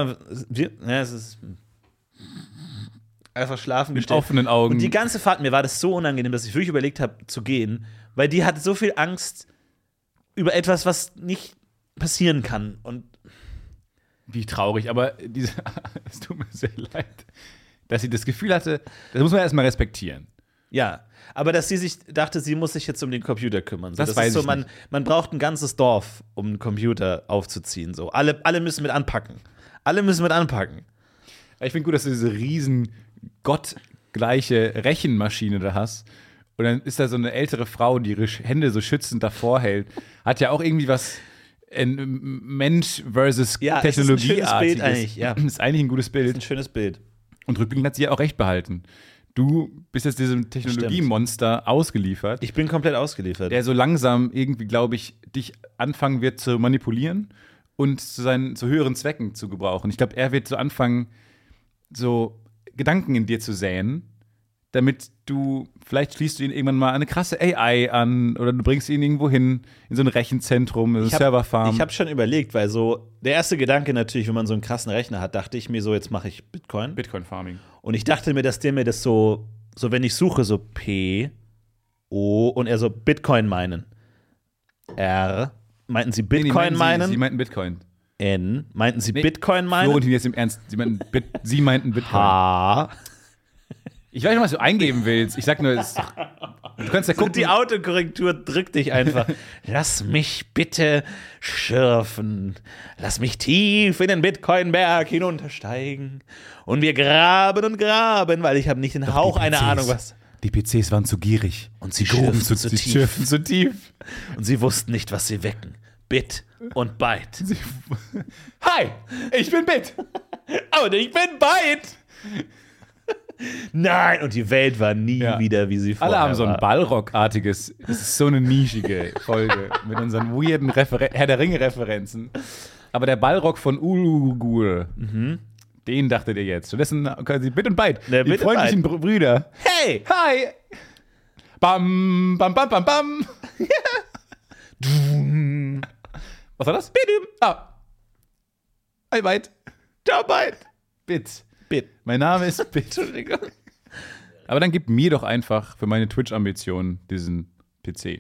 ist einfach schlafen mit gestellt. offenen Augen. Und die ganze Fahrt, mir war das so unangenehm, dass ich wirklich überlegt habe, zu gehen, weil die hatte so viel Angst über etwas, was nicht passieren kann. Und Wie traurig, aber es tut mir sehr leid, dass sie das Gefühl hatte, das muss man erstmal respektieren. ja, aber dass sie sich dachte, sie muss sich jetzt um den Computer kümmern. So, Das weiß ist so, ich nicht. man braucht ein ganzes Dorf, um einen Computer aufzuziehen. So. Alle müssen mit anpacken. Ich finde gut, dass du diese riesen gottgleiche Rechenmaschine da hast. Und dann ist da so eine ältere Frau, die ihre Hände so schützend davor hält. Hat ja auch irgendwie was Mensch versus Ja, es ist ein Technologie. schönes Bild eigentlich, ja. Ist eigentlich ein gutes Ein Bild. schönes Bild. Und rückblickend hat sie ja auch recht behalten. Du bist jetzt diesem Technologiemonster ausgeliefert, Ich bin komplett ausgeliefert. der so langsam irgendwie, glaube ich, dich anfangen wird zu manipulieren und zu höheren Zwecken zu gebrauchen. Ich glaube, er wird so anfangen, so Gedanken in dir zu säen, damit vielleicht schließt du ihn irgendwann mal eine krasse AI an oder du bringst ihn irgendwo hin, in so ein Rechenzentrum, in so eine Serverfarm. Ich habe schon überlegt, weil so der erste Gedanke natürlich, wenn man so einen krassen Rechner hat, dachte ich mir so, jetzt mache ich Bitcoin. Bitcoin-Farming. Und ich dachte mir, dass der mir das so wenn ich suche, so P, O und er so Bitcoin meinen. R, meinten Sie Bitcoin Sie meinen? meinten Bitcoin. N, meinten Sie Nee, Bitcoin meinen? Florentin, jetzt im Ernst. Sie meinten Bitcoin. H. Ich weiß nicht, was du eingeben willst. Ich sag nur, du kannst ja gucken. Und die Autokorrektur drückt dich einfach. Lass mich bitte schürfen. Lass mich tief in den Bitcoin-Berg hinuntersteigen. Und wir graben und graben, weil ich habe nicht den Hauch einer Ahnung, was. Die PCs waren zu gierig. Und sie gruben schürften zu tief. schürften zu tief. Und sie wussten nicht, was sie wecken. Bit und Byte. Hi, ich bin Bit. Und ich bin Byte. Nein, und die Welt war nie Ja. wieder, wie sie vorher Alle haben so ein war. Ballrock-artiges. Es ist so eine nischige Folge mit unseren weirden Herr der Ringe-Referenzen. Aber der Ballrock von Ulugul, den dachtet ihr jetzt. Stattdessen können sie Bit und Byte. Der Die Bit und freundlichen Brüder. Hey! Hi! Bam, bam, bam, bam, bam. Was war das? Bidum. Ah. Hi, Byte. Ciao, Byte. Bit. Bit. Mein Name ist Bit. Entschuldigung. Aber dann gib mir doch einfach für meine Twitch-Ambitionen diesen PC.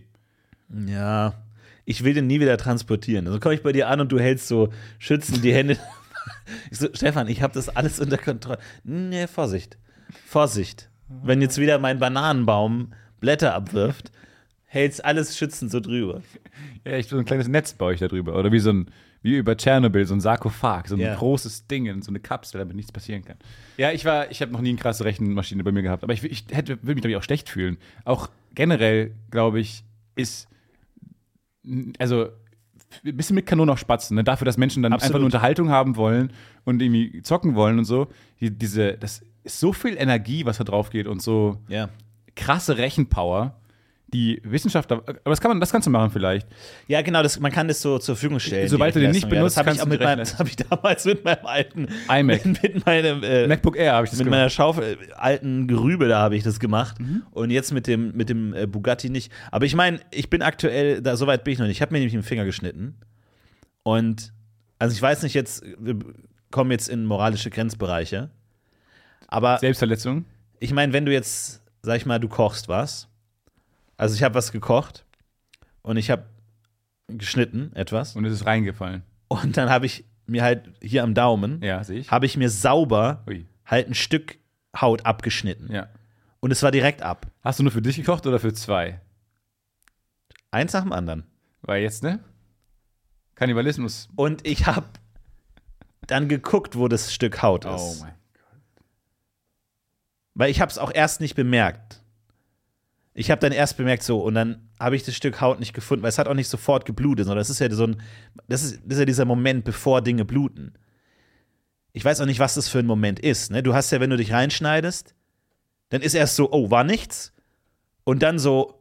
Ja, ich will den nie wieder transportieren. Also komme ich bei dir an und du hältst so schützend die Hände Ich so, Stefan, ich habe das alles unter Kontrolle. Nee, Vorsicht. Vorsicht. Wenn jetzt wieder mein Bananenbaum Blätter abwirft, hält's alles schützend so drüber. Ja, so ein kleines Netz baue ich da drüber. Oder wie über Tschernobyl, so ein Sarkophag, so ein großes Ding, so eine Kapsel, damit nichts passieren kann. Ja, ich habe noch nie eine krasse Rechenmaschine bei mir gehabt, aber würde mich, glaube ich, auch schlecht fühlen. Auch generell, glaube ich, ist, also, ein bisschen mit Kanonen auf Spatzen, ne? Dafür, dass Menschen dann einfach eine Unterhaltung haben wollen und irgendwie zocken wollen und so. Das ist so viel Energie, was da drauf geht und so krasse Rechenpower. Die Wissenschaftler, aber das kannst du machen vielleicht. Ja, genau, man kann das so zur Verfügung stellen. Sobald du den nicht benutzt, das habe ich damals mit meinem alten iMac. mit meinem MacBook Air habe ich das mit gemacht. meiner Schaufel, alten Gerübe, da habe ich das gemacht. Und jetzt mit dem Bugatti nicht. Aber ich meine, ich bin aktuell, so weit bin ich noch nicht. Ich habe mir nämlich den Finger geschnitten. Und, also ich weiß nicht jetzt, wir kommen jetzt in moralische Grenzbereiche. Aber Selbstverletzung? Ich meine, wenn du jetzt, sag ich mal, du kochst was. Also ich habe was gekocht und ich habe geschnitten etwas. Und es ist reingefallen. Und dann habe ich mir halt hier am Daumen, sehe ich. habe ich mir sauber halt ein Stück Haut abgeschnitten. Ja. Und es war direkt ab. Hast du nur für dich gekocht oder für zwei? Eins nach dem anderen. Weil jetzt, ne? Kannibalismus. Und ich habe dann geguckt, wo das Stück Haut ist. Oh mein Gott. Weil ich habe es auch erst nicht bemerkt. Ich habe dann erst bemerkt, so, und dann habe ich das Stück Haut nicht gefunden, weil es hat auch nicht sofort geblutet, sondern das ist ja das ist ja dieser Moment, bevor Dinge bluten. Ich weiß auch nicht, was das für ein Moment ist. Ne? Du hast ja, wenn du dich reinschneidest, dann ist erst so, oh, war nichts. Und dann so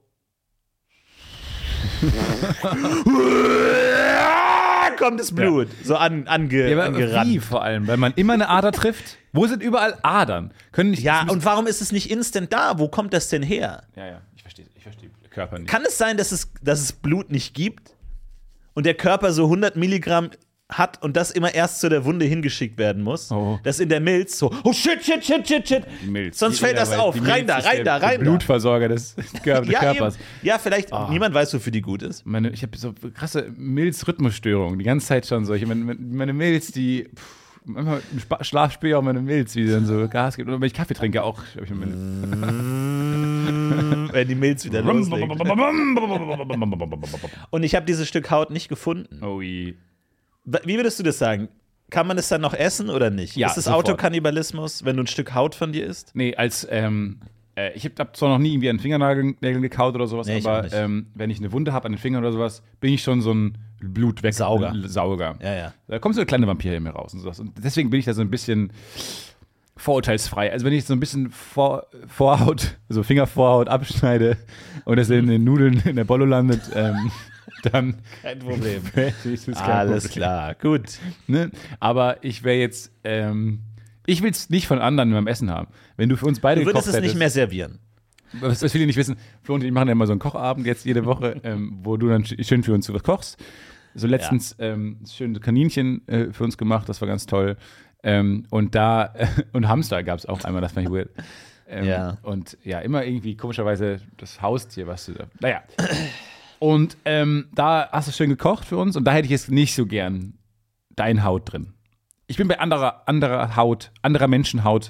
kommt das Blut, so angerannt. Wie vor allem? Weil man immer eine Ader trifft? Wo sind überall Adern? Und warum ist es nicht instant da? Wo kommt das denn her? Ja, ich verstehe Körper nicht. Kann es sein, dass es Blut nicht gibt und der Körper so 100 Milligramm hat und das immer erst zu der Wunde hingeschickt werden muss? Oh. Das in der Milz so, oh shit. Die Milz. Sonst fällt das auf. Rein da. Blutversorger des Körpers. Ja, vielleicht, niemand weiß, wofür die gut ist. Ich habe so krasse Milz-Rhythmusstörungen, die ganze Zeit schon solche. Meine Milz, die manchmal im Schlaf spüre ich auch meine Milz, wie sie dann so Gas gibt. Und wenn ich Kaffee trinke, auch. Wenn die Milz wieder loslegt. Und ich habe dieses Stück Haut nicht gefunden. Oh je. Wie würdest du das sagen? Kann man es dann noch essen oder nicht? Ja, ist es sofort. Autokannibalismus, wenn du ein Stück Haut von dir isst? Nee, ich habe zwar noch nie irgendwie an Fingernägeln gekaut oder sowas, Nee, aber wenn ich eine Wunde habe an den Fingern oder sowas, bin ich schon so ein Sauger. Ja. Da kommt so eine kleine Vampir in mir raus und sowas. Und deswegen bin ich da so ein bisschen vorurteilsfrei. Also wenn ich so ein bisschen Vorhaut, also Fingervorhaut abschneide und das in den Nudeln in der Bollo landet, dann kein Problem. Alles klar, gut. Ne? Aber ich wäre jetzt, ich will es nicht von anderen in meinem Essen haben. Wenn du für uns beide gekocht hättest. Du würdest es nicht mehr servieren. Was viele nicht wissen, Flo und ich machen ja immer so einen Kochabend jetzt jede Woche, wo du dann schön für uns was kochst. So letztens schöne Kaninchen für uns gemacht, das war ganz toll. Und Hamster gab es auch einmal, das fand ich weird. Und ja, immer irgendwie komischerweise das Haustier, was du da. Naja. Und da hast du schön gekocht für uns und da hätte ich jetzt nicht so gern dein Haut drin. Ich bin bei anderer Menschenhaut,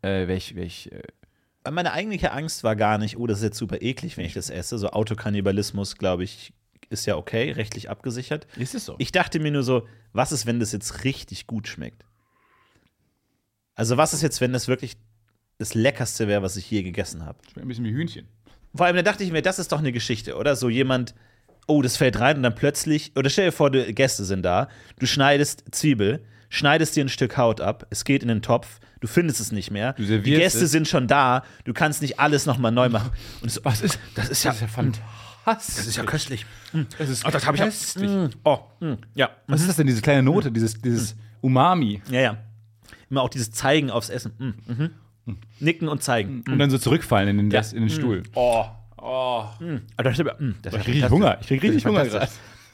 Meine eigentliche Angst war gar nicht, das ist jetzt super eklig, wenn ich das esse. So Autokannibalismus, glaube ich, ist ja okay, rechtlich abgesichert. Ist es so? Ich dachte mir nur so, was ist, wenn das jetzt richtig gut schmeckt? Also was ist jetzt, wenn das wirklich das Leckerste wäre, was ich je gegessen habe? Schmeckt ein bisschen wie Hühnchen. Vor allem, da dachte ich mir, das ist doch eine Geschichte, oder? So jemand, das fällt rein und dann plötzlich, oder stell dir vor, die Gäste sind da, du schneidest Zwiebel, schneidest dir ein Stück Haut ab, es geht in den Topf, du findest es nicht mehr, die Gäste sind schon da, du kannst nicht alles nochmal neu machen. Und so, das ist ja fantastisch. Das ist ja köstlich. Das das habe ich köstlich. Ja. Was ist das denn, diese kleine Note, dieses Umami? Ja. Immer auch dieses Zeigen aufs Essen. Nicken und zeigen. Und dann so zurückfallen in den Stuhl. Das ich krieg richtig Hunger. Ich krieg richtig Hunger gerade.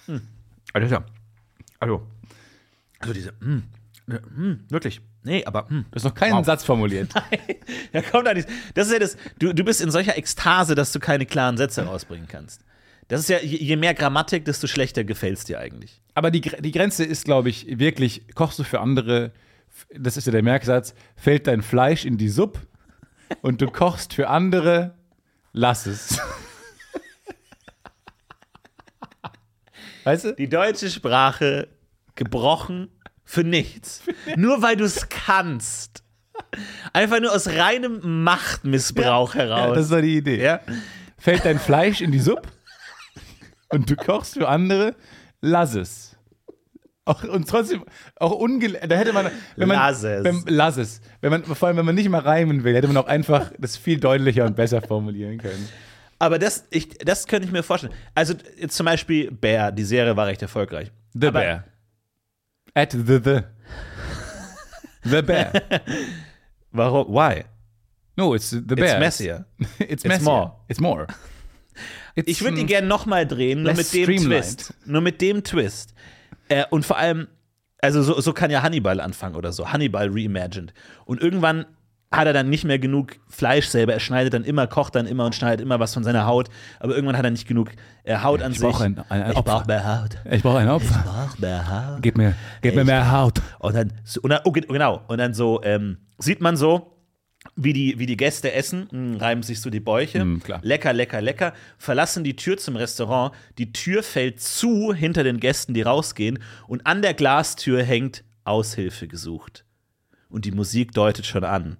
Also diese, wirklich. Nee, aber, Du hast noch keinen Satz formuliert. Ja, komm da nicht. Das ist ja das, du bist in solcher Ekstase, dass du keine klaren Sätze rausbringen kannst. Das ist ja, je mehr Grammatik, desto schlechter gefällt's dir eigentlich. Aber die Grenze ist, glaube ich, wirklich, kochst du für andere, das ist ja der Merksatz, fällt dein Fleisch in die Suppe und du kochst für andere, lass es. Weißt du? Die deutsche Sprache gebrochen für nichts. Nur weil du es kannst. Einfach nur aus reinem Machtmissbrauch heraus. Ja, das war die Idee. Ja? Fällt dein Fleisch in die Suppe und du kochst für andere, lass es. Und trotzdem auch da hätte man, Lass es. Lass es. Vor allem, wenn man nicht mal reimen will, hätte man auch einfach das viel deutlicher und besser formulieren können. Aber das könnte ich mir vorstellen. Also jetzt zum Beispiel Bear, die Serie war recht erfolgreich. The Bear. At the. The Bear. Warum? Why? No, it's the Bear. It's messier. It's messier. more. It's more. Ich würde ihn gerne nochmal drehen, nur less mit dem streamlined. Twist. Nur mit dem Twist. Und vor allem, also so kann ja Hannibal anfangen oder so. Hannibal reimagined. Und irgendwann hat er dann nicht mehr genug Fleisch selber. Er schneidet dann immer, kocht dann immer und schneidet immer was von seiner Haut. Aber irgendwann hat er nicht genug Haut an sich. Ich brauche Ich brauche mehr Haut. Ich brauche ein Opfer. Ich brauche mehr Haut. Gib mir mehr Haut. Und dann, genau. Und dann so sieht man so, wie die Gäste essen, reiben sich so die Bäuche. Klar. Lecker, lecker, lecker. Verlassen die Tür zum Restaurant. Die Tür fällt zu hinter den Gästen, die rausgehen. Und an der Glastür hängt Aushilfe gesucht. Und die Musik deutet schon an.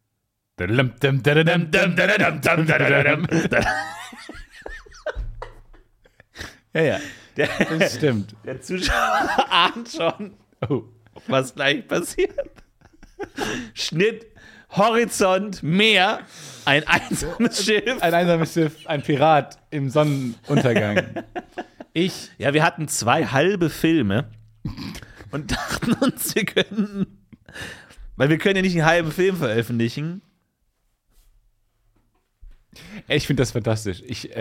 Ja. Das stimmt. Der Zuschauer ahnt schon, was gleich passiert. Schnitt, Horizont, Meer, ein einsames Schiff. Ein einsames Schiff, ein Pirat im Sonnenuntergang. Ja, wir hatten 2 halbe Filme und dachten uns, wir könnten, weil wir können ja nicht einen halben Film veröffentlichen. Ich finde das fantastisch. Ich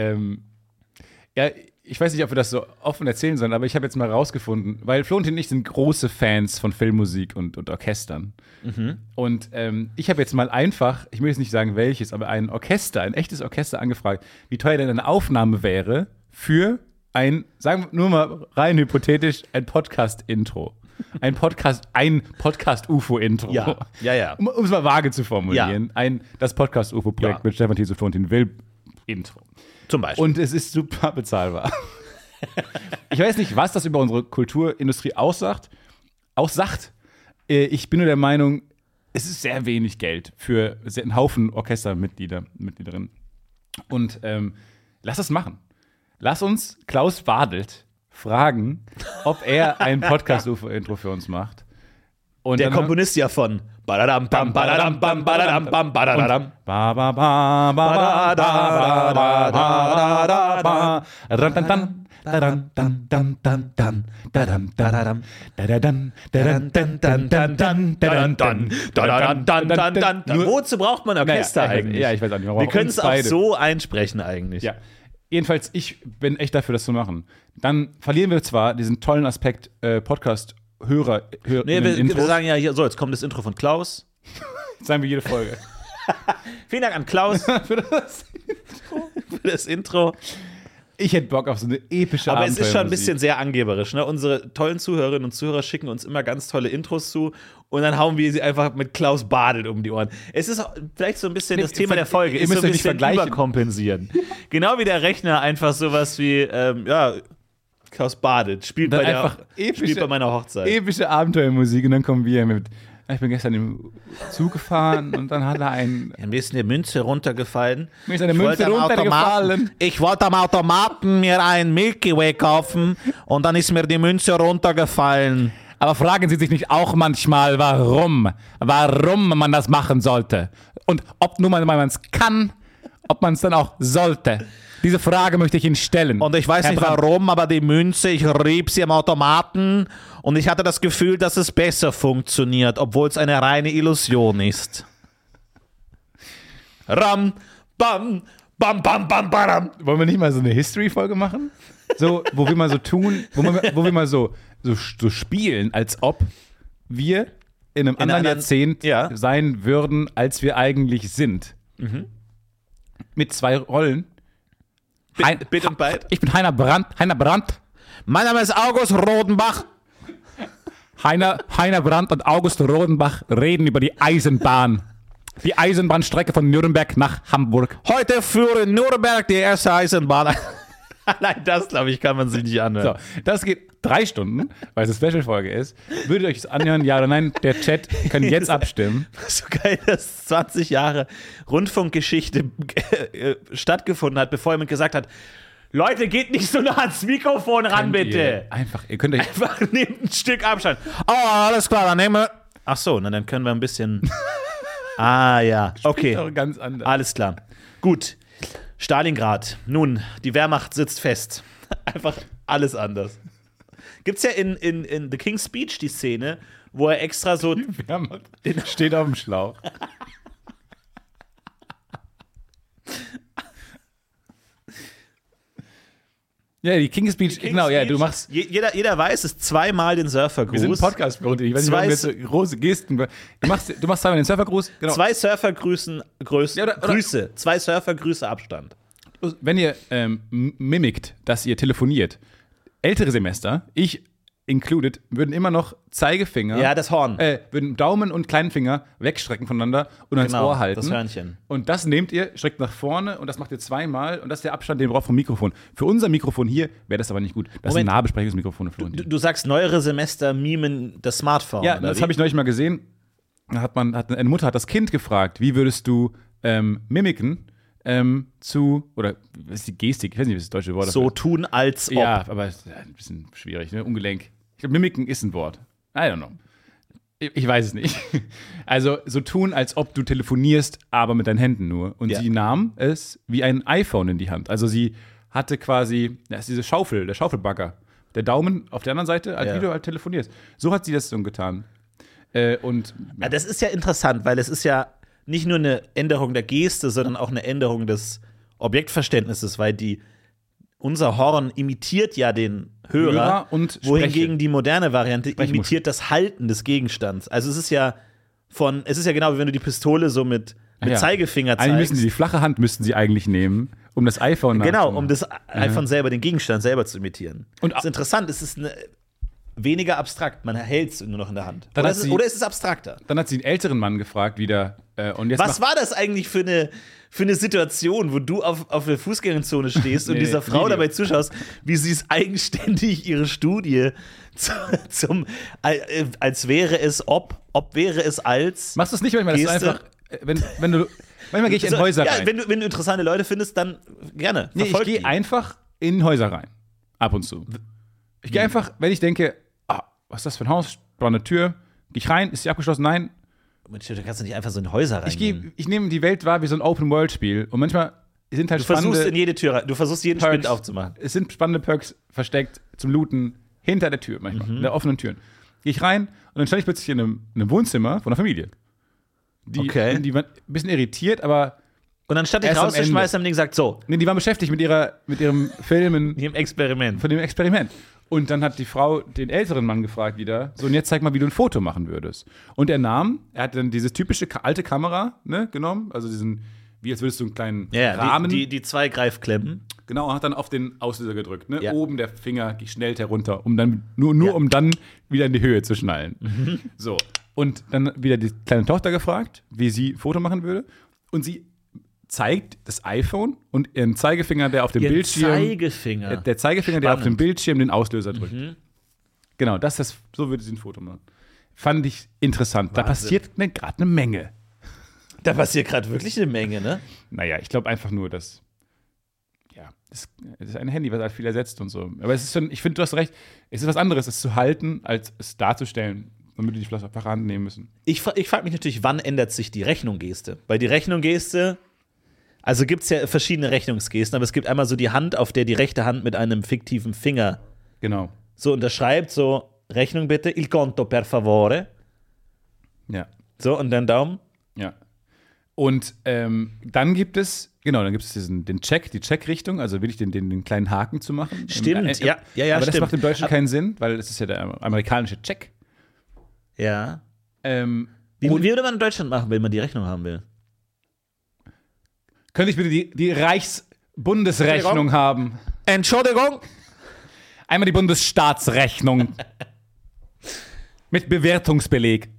weiß nicht, ob wir das so offen erzählen sollen, aber ich habe jetzt mal rausgefunden, weil Florentin und ich sind große Fans von Filmmusik und Orchestern. Und ich habe jetzt mal einfach, ich will jetzt nicht sagen welches, aber ein echtes Orchester angefragt, wie teuer denn eine Aufnahme wäre für sagen wir nur mal rein hypothetisch, ein Podcast-Intro. Ein Podcast-UFO-Intro. Ja. Um es mal vage zu formulieren. Ja. Das Podcast-UFO-Projekt mit Stefan Thies und Florentin Will Intro. Zum Beispiel. Und es ist super bezahlbar. Ich weiß nicht, was das über unsere Kulturindustrie aussagt. Ich bin nur der Meinung, es ist sehr wenig Geld für einen Haufen Orchestermitgliederinnen. Und lass das machen. Lass uns Klaus Badelt fragen, ob er ein Podcast-UFO-Intro für uns macht. Und der Komponist ja von Badadam, bam, badadam, bam, badadam, bam, badadam. Ba ba ba ba ba da da da da da da. Wozu braucht man Orchester eigentlich? Ja, ich weiß auch nicht. Wir können es auch so einsprechen eigentlich. Ja. Jedenfalls, ich bin echt dafür, das zu machen. Dann verlieren wir zwar diesen tollen Aspekt Podcast-Hörer. Nee, wir sagen ja hier, so, jetzt kommt das Intro von Klaus. Das sagen wir jede Folge. Vielen Dank an Klaus für das Intro. Ich hätte Bock auf so eine epische Aber es ist schon ein Abenteuermusik. bisschen sehr angeberisch. Ne? Unsere tollen Zuhörerinnen und Zuhörer schicken uns immer ganz tolle Intros zu und dann hauen wir sie einfach mit Klaus Badelt um die Ohren. Es ist vielleicht so ein bisschen das Thema der Folge. Ihr Ist müsst so ein nicht bisschen vergleichen. überkompensieren. Genau wie der Rechner einfach sowas wie, Klaus Badelt spielt Dann bei einfach meiner Hochzeit. Epische Abenteuermusik und dann kommen wir mit. Ich bin gestern im Zug gefahren und dann hat er einen. Mir ist eine Münze runtergefallen. Mir ist eine Münze runtergefallen. Ich wollte am Automaten mir einen Milky Way kaufen und dann ist mir die Münze runtergefallen. Aber fragen Sie sich nicht auch manchmal, warum man das machen sollte? Und ob nur mal man es kann, ob man es dann auch sollte. Diese Frage möchte ich Ihnen stellen. Und ich weiß Herr nicht Brandt. warum, aber die Münze, ich rieb sie am Automaten und ich hatte das Gefühl, dass es besser funktioniert, obwohl es eine reine Illusion ist. Ram, bam, bam, bam, bam, bam. Wollen wir nicht mal so eine History-Folge machen? So, wo wir mal so tun, wo wir mal so spielen, als ob wir in einem anderen Jahrzehnt sein würden, als wir eigentlich sind. Mit 2 Rollen. Bit und Byte. Ich bin Heiner Brandt. Mein Name ist August Rodenbach. Heiner Brandt und August Rodenbach reden über die Eisenbahn. Die Eisenbahnstrecke von Nürnberg nach Hamburg. Heute führen Nürnberg die erste Eisenbahn. Allein das, glaube ich, kann man sich nicht anhören. So, das geht 3 Stunden, weil es eine Special-Folge ist. Würdet ihr euch das anhören? Ja oder nein? Der Chat kann jetzt abstimmen. So geil, dass 20 Jahre Rundfunkgeschichte stattgefunden hat, bevor jemand gesagt hat, Leute, geht nicht so nah ans Mikrofon ran, bitte. Ihr könnt euch einfach nehmt ein Stück Abstand. Oh, alles klar, dann nehmen wir. Ach so, dann können wir ein bisschen. Ja, okay. Doch ganz anders. Alles klar. Gut. Stalingrad. Nun, die Wehrmacht sitzt fest. Einfach alles anders. Gibt's ja in The King's Speech die Szene, wo er extra so. Die Wehrmacht steht auf dem Schlauch. Ja, die King's Speech, genau, ja, du machst. Jeder weiß es, zweimal den Surfergruß. Wir sind ein Podcast, Bro. Ich weiß nicht, warum wir jetzt so große Gesten. Du machst zweimal den Surfergruß. Genau. 2 Surfergrüße. Grüße. 2 Surfergrüße Abstand. Wenn ihr mimikt, dass ihr telefoniert, ältere Semester, ich included, würden immer noch Zeigefinger. Ja, das Horn. Würden Daumen und kleinen Finger wegstrecken voneinander und ans Ohr halten. Das Hörnchen. Und das nehmt ihr, streckt nach vorne und das macht ihr zweimal und das ist der Abstand, den ihr braucht vom Mikrofon. Für unser Mikrofon hier wäre das aber nicht gut. Das ist ein Nahbesprechungsmikrofon. Du sagst, neuere Semester mimen das Smartphone. Ja, das habe ich neulich mal gesehen. Eine Mutter hat das Kind gefragt, wie würdest du mimiken oder was ist die Gestik? Ich weiß nicht, was das deutsche Wort so tun, als ob. Ja, aber ein bisschen schwierig, ne? Ungelenk. Ich glaube, mimiken ist ein Wort. I don't know. Ich weiß es nicht. Also so tun, als ob du telefonierst, aber mit deinen Händen nur. Und sie nahm es wie ein iPhone in die Hand. Also sie hatte quasi, das ist diese Schaufel, der Schaufelbagger. Der Daumen auf der anderen Seite, als wie du halt telefonierst. So hat sie das so getan. Das ist ja interessant, weil es ist ja nicht nur eine Änderung der Geste, sondern auch eine Änderung des Objektverständnisses, weil unser Horn imitiert ja den Hörer und wohingegen die moderne Variante imitiert das Halten des Gegenstands. Also es ist ja genau wie wenn du die Pistole so mit Zeigefinger zeigst. Eigentlich müssen die flache Hand müssten sie eigentlich nehmen, um das iPhone Genau, um das iPhone selber, den Gegenstand selber zu imitieren. Und das ist interessant, es ist weniger abstrakt, man hält es nur noch in der Hand. Oder ist es abstrakter? Dann hat sie einen älteren Mann gefragt wieder. Was war das eigentlich für eine Situation, wo du auf der Fußgängerzone stehst und dieser Frau dabei zuschaust, wie sie es eigenständig ihre Studie als wäre es wäre es als. Machst du es nicht manchmal, dass du einfach, wenn du manchmal gehe ich in Häuser rein. Ja, wenn du interessante Leute findest, dann gerne. Nee, ich gehe einfach in Häuser rein. Ab und zu. Ich gehe einfach, wenn ich denke, was ist das für ein Haus? Brauche eine Tür. Gehe ich rein? Ist sie abgeschlossen? Nein. Mensch, da kannst du nicht einfach so in Häuser rein. Ich nehme die Welt wahr wie so ein Open-World-Spiel. Und manchmal sind halt Du versuchst in jede Tür rein. Du versuchst jeden Spind aufzumachen. Es sind spannende Perks versteckt zum Looten hinter der Tür manchmal. In der offenen Türen. Gehe ich rein und dann stand ich plötzlich in einem Wohnzimmer von einer Familie. Die waren ein bisschen irritiert, aber. Und anstatt dich rauszuschmeißen, haben die gesagt, so. Nee, die waren beschäftigt mit ihrem Filmen. Mit dem Experiment. Von dem Experiment. Und dann hat die Frau den älteren Mann gefragt wieder, so, und jetzt zeig mal, wie du ein Foto machen würdest. Und er hat dann diese typische alte Kamera, ne, genommen, also wie als würdest du einen kleinen Rahmen. Die 2 Greifklemmen. Genau, und hat dann auf den Auslöser gedrückt, ne, oben der Finger schnellt herunter, um dann, um dann wieder in die Höhe zu schnallen. So. Und dann wieder die kleine Tochter gefragt, wie sie ein Foto machen würde. Und sie zeigt das iPhone und ihren Zeigefinger, der auf dem Bildschirm. Der Zeigefinger, der auf dem Bildschirm den Auslöser drückt. Genau, so würde sie ein Foto machen. Fand ich interessant. Wahnsinn. Da passiert gerade eine Menge. Da passiert gerade wirklich eine Menge, ne? Naja, ich glaube einfach nur, dass. Ja, es ist ein Handy, was halt viel ersetzt und so. Aber ich finde, du hast recht. Es ist was anderes, es zu halten, als es darzustellen, damit die vielleicht auf Hand nehmen müssen. Ich frage mich natürlich, wann ändert sich die Rechnung-Geste? Weil die Rechnung-Geste. Also gibt es ja verschiedene Rechnungsgesten, aber es gibt einmal so die Hand, auf der die rechte Hand mit einem fiktiven Finger so unterschreibt, so Rechnung bitte, il conto per favore. Ja. So, und dann Daumen. Ja. Und dann gibt es den Check, die Checkrichtung, also wirklich den kleinen Haken zu machen. Stimmt, ja, aber das stimmt. macht im Deutschen keinen Sinn, weil es ist ja der amerikanische Check. Ja. Wie würde man in Deutschland machen, wenn man die Rechnung haben will? Könnte ich bitte die Reichsbundesrechnung haben? Entschuldigung? Einmal die Bundesstaatsrechnung. Mit Bewertungsbeleg.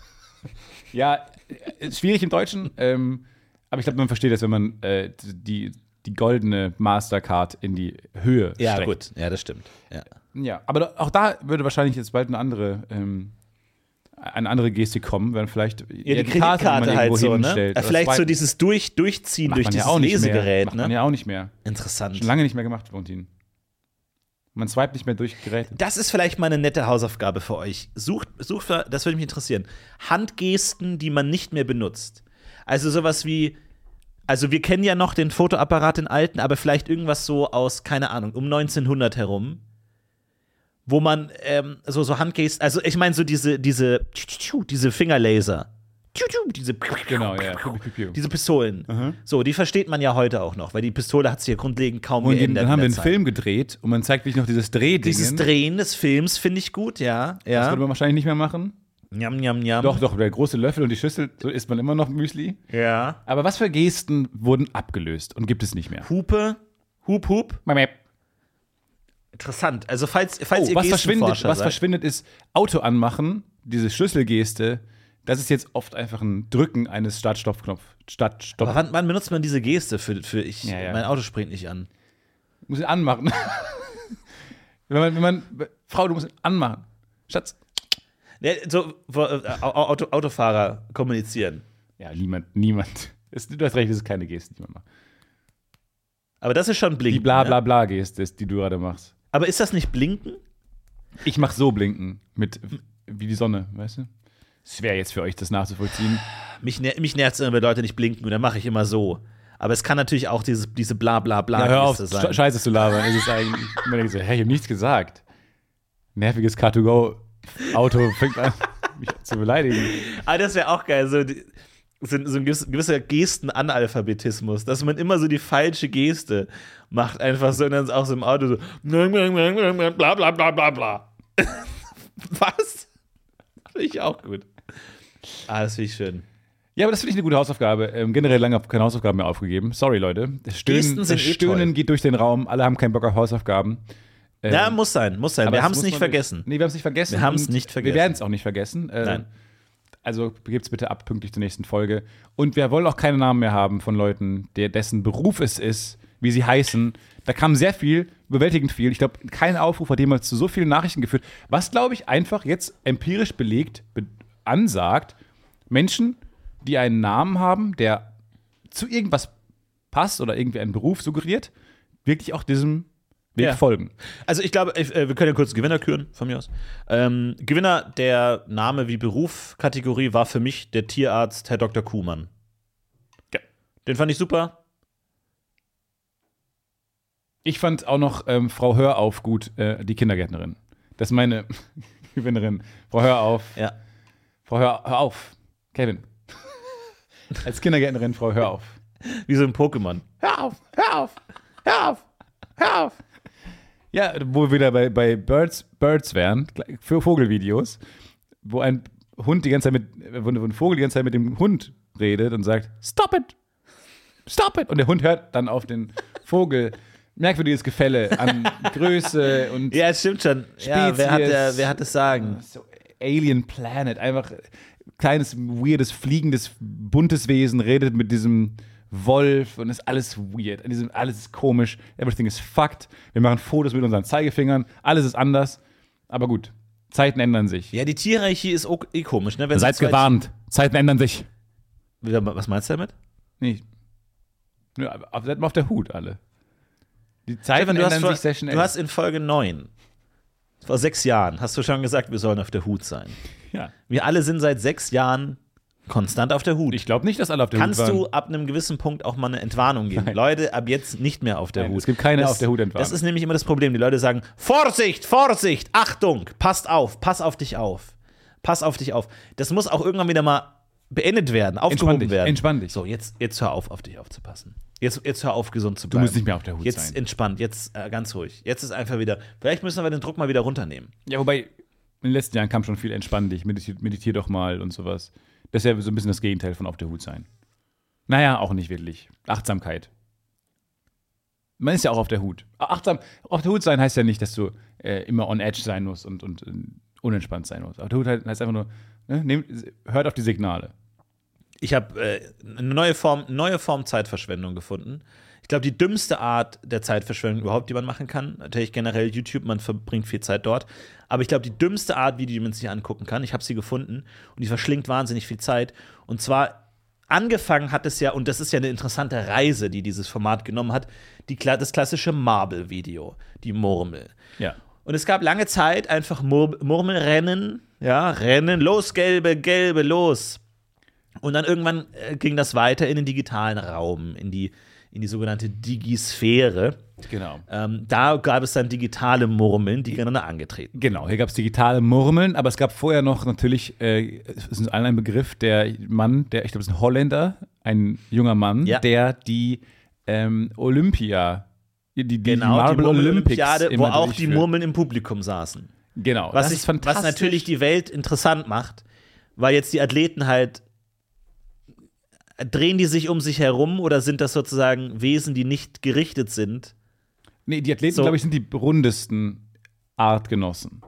Ja, ist schwierig im Deutschen, aber ich glaube, man versteht das, wenn man die goldene Mastercard in die Höhe streckt. Ja, gut. Ja, das stimmt. Ja, aber auch da würde wahrscheinlich jetzt bald eine andere Gestik kommen, wenn vielleicht Die Kreditkarte halt so, ne? Vielleicht so dieses Durchziehen durch dieses Lesegerät, Macht man ja auch nicht mehr. Interessant. Schon lange nicht mehr gemacht, Valentin. Man swipet nicht mehr durch Geräte. Das ist vielleicht mal eine nette Hausaufgabe für euch. Sucht für, das würde mich interessieren, Handgesten, die man nicht mehr benutzt. Also sowas wie, also wir kennen ja noch den Fotoapparat, den alten, aber vielleicht irgendwas so aus, keine Ahnung, um 1900 herum, wo man so Handgesten, also ich meine so diese Fingerlaser. Genau, ja. Diese Pistolen. So, die versteht man ja heute auch noch, weil die Pistole hat sich ja grundlegend kaum und geändert. Dann haben wir einen Film gedreht und man zeigt wirklich noch dieses Drehding. Dieses Drehen des Films finde ich gut, ja. Das würde man wahrscheinlich nicht mehr machen. Njam, njam, njam. Doch, der große Löffel und die Schüssel, so isst man immer noch Müsli. Ja. Aber was für Gesten wurden abgelöst und gibt es nicht mehr? Hupe, Hup. Interessant. Also falls ihr was verschwindet, ist Auto anmachen, diese Schlüsselgeste. Das ist jetzt oft einfach ein Drücken eines Start-Stopp-Knopf. Aber wann benutzt man diese Geste für Ja. Mein Auto springt nicht an? Muss ihn anmachen. wenn man Frau, du musst ihn anmachen. Schatz. Ja, so Autofahrer kommunizieren. Ja, niemand. Du hast recht, das ist keine Geste, die man macht. Aber das ist schon Blinken. Die Bla-Bla-Bla-Geste ist, die du gerade machst. Aber ist das nicht Blinken? Ich mach so Blinken. Wie die Sonne, weißt du? Schwer jetzt für euch, das nachzuvollziehen. Mich nervt es immer, wenn Leute nicht blinken und dann mache ich immer so. Aber es kann natürlich auch diese Bla-Bla-Bla hör auf, sein. Scheiße zu labern. Es ist eigentlich, ich denke so, hey, ich hab nichts gesagt. Nerviges Car2Go-Auto fängt an, mich zu beleidigen. Aber das wäre auch geil, so ein gewisser Gestenanalphabetismus, dass man immer so die falsche Geste macht, einfach so und dann auch so im Auto so bla bla bla bla bla. Was? Finde ich auch gut. Das finde ich schön. Ja, aber das finde ich eine gute Hausaufgabe. Generell lange keine Hausaufgaben mehr aufgegeben. Sorry, Leute. Das Stöhnen geht durch den Raum. Alle haben keinen Bock auf Hausaufgaben. Ja, muss sein. Wir haben es nicht vergessen. Nee, wir haben es nicht vergessen. Wir haben es nicht vergessen. Wir werden es auch nicht vergessen. Nein. Also gebt es bitte ab, pünktlich zur nächsten Folge. Und wir wollen auch keine Namen mehr haben von Leuten, dessen Beruf es ist, wie sie heißen. Da kam sehr viel, überwältigend viel. Ich glaube, kein Aufruf hat jemals zu so vielen Nachrichten geführt. Was, glaube ich, einfach jetzt empirisch belegt ansagt, Menschen, die einen Namen haben, der zu irgendwas passt oder irgendwie einen Beruf suggeriert, wirklich auch diesem Weg folgen. Also ich glaube, wir können ja kurz Gewinner küren, von mir aus. Gewinner der Name wie Beruf Kategorie war für mich der Tierarzt Herr Dr. Kuhmann. Ja. Den fand ich super. Ich fand auch noch Frau Hörauf gut, die Kindergärtnerin. Das ist meine Gewinnerin. Frau Hörauf. Ja. Frau Hör auf. Kevin. Als Kindergärtnerin, Frau Hörauf. Wie so ein Pokémon. Hör auf, hör auf, hör auf, hör auf. Ja, wo wir wieder bei Birds wären, für Vogelvideos, wo ein Vogel die ganze Zeit mit dem Hund redet und sagt, stop it. Und der Hund hört dann auf den Vogel. Merkwürdiges Gefälle an Größe und ja, es stimmt schon. Ja, wer hat es sagen? So Alien Planet, einfach kleines, weirdes, fliegendes, buntes Wesen redet mit diesem Wolf und ist alles weird. Alles ist komisch. Everything is fucked. Wir machen Fotos mit unseren Zeigefingern. Alles ist anders. Aber gut, Zeiten ändern sich. Ja, die Tierreiche ist komisch, ne? Seid gewarnt. Zeiten ändern sich. Was meinst du damit? Nee. Seid mal auf der Hut, alle. Die Zeiten ändern sich sehr schnell. Du hast in Folge 9, vor 6 Jahren, hast du schon gesagt, wir sollen auf der Hut sein. Ja. Wir alle sind seit 6 Jahren konstant auf der Hut. Ich glaube nicht, dass alle auf der Hut waren. Kannst du ab einem gewissen Punkt auch mal eine Entwarnung geben? Nein. Leute, ab jetzt nicht mehr auf der Hut. Es gibt keine auf der Hut Entwarnung. Das ist nämlich immer das Problem. Die Leute sagen, Vorsicht, Vorsicht, Achtung, passt auf, pass auf dich auf. Pass auf dich auf. Das muss auch irgendwann wieder mal beendet werden, aufgehoben werden. Entspann dich. So, jetzt hör auf dich aufzupassen. Jetzt hör auf, gesund zu bleiben. Du musst nicht mehr auf der Hut jetzt sein. Jetzt entspannt, jetzt ganz ruhig. Jetzt ist einfach wieder, vielleicht müssen wir den Druck mal wieder runternehmen. Ja, wobei, in den letzten Jahren kam schon viel entspann dich, meditier doch mal und sowas. Das ist ja so ein bisschen das Gegenteil von auf der Hut sein. Naja, auch nicht wirklich. Achtsamkeit. Man ist ja auch auf der Hut. Achtsam, auf der Hut sein heißt ja nicht, dass du immer on edge sein musst und unentspannt sein muss. Aber Tod heißt einfach nur, ne, hört auf die Signale. Ich habe eine neue Form Zeitverschwendung gefunden. Ich glaube, die dümmste Art der Zeitverschwendung überhaupt, die man machen kann, natürlich generell YouTube, man verbringt viel Zeit dort, aber ich glaube, die dümmste Art, wie man sich angucken kann, ich habe sie gefunden und die verschlingt wahnsinnig viel Zeit. Und zwar angefangen hat es ja, und das ist ja eine interessante Reise, die dieses Format genommen hat, das klassische Marble-Video, die Murmel. Ja. Und es gab lange Zeit einfach Murmelrennen, ja, Rennen, los, Gelbe, los. Und dann irgendwann ging das weiter in den digitalen Raum, in die sogenannte Digisphäre. Genau. Da gab es dann digitale Murmeln, die gegeneinander angetreten. Genau, hier gab es digitale Murmeln, aber es gab vorher noch natürlich, es ist allen ein Begriff, der Mann, ich glaube, es ist ein Holländer, ein junger Mann, Ja. der die Olympia, die Genau, Marble die Olympics Olympiade, wo immer auch die durchführt. Murmeln im Publikum saßen. Genau, Was das ist fantastisch. natürlich die Welt interessant macht, weil jetzt die Athleten halt drehen die sich um sich herum oder sind das sozusagen Wesen, die nicht gerichtet sind? Nee, die Athleten, So. glaube ich, sind die rundesten Artgenossen.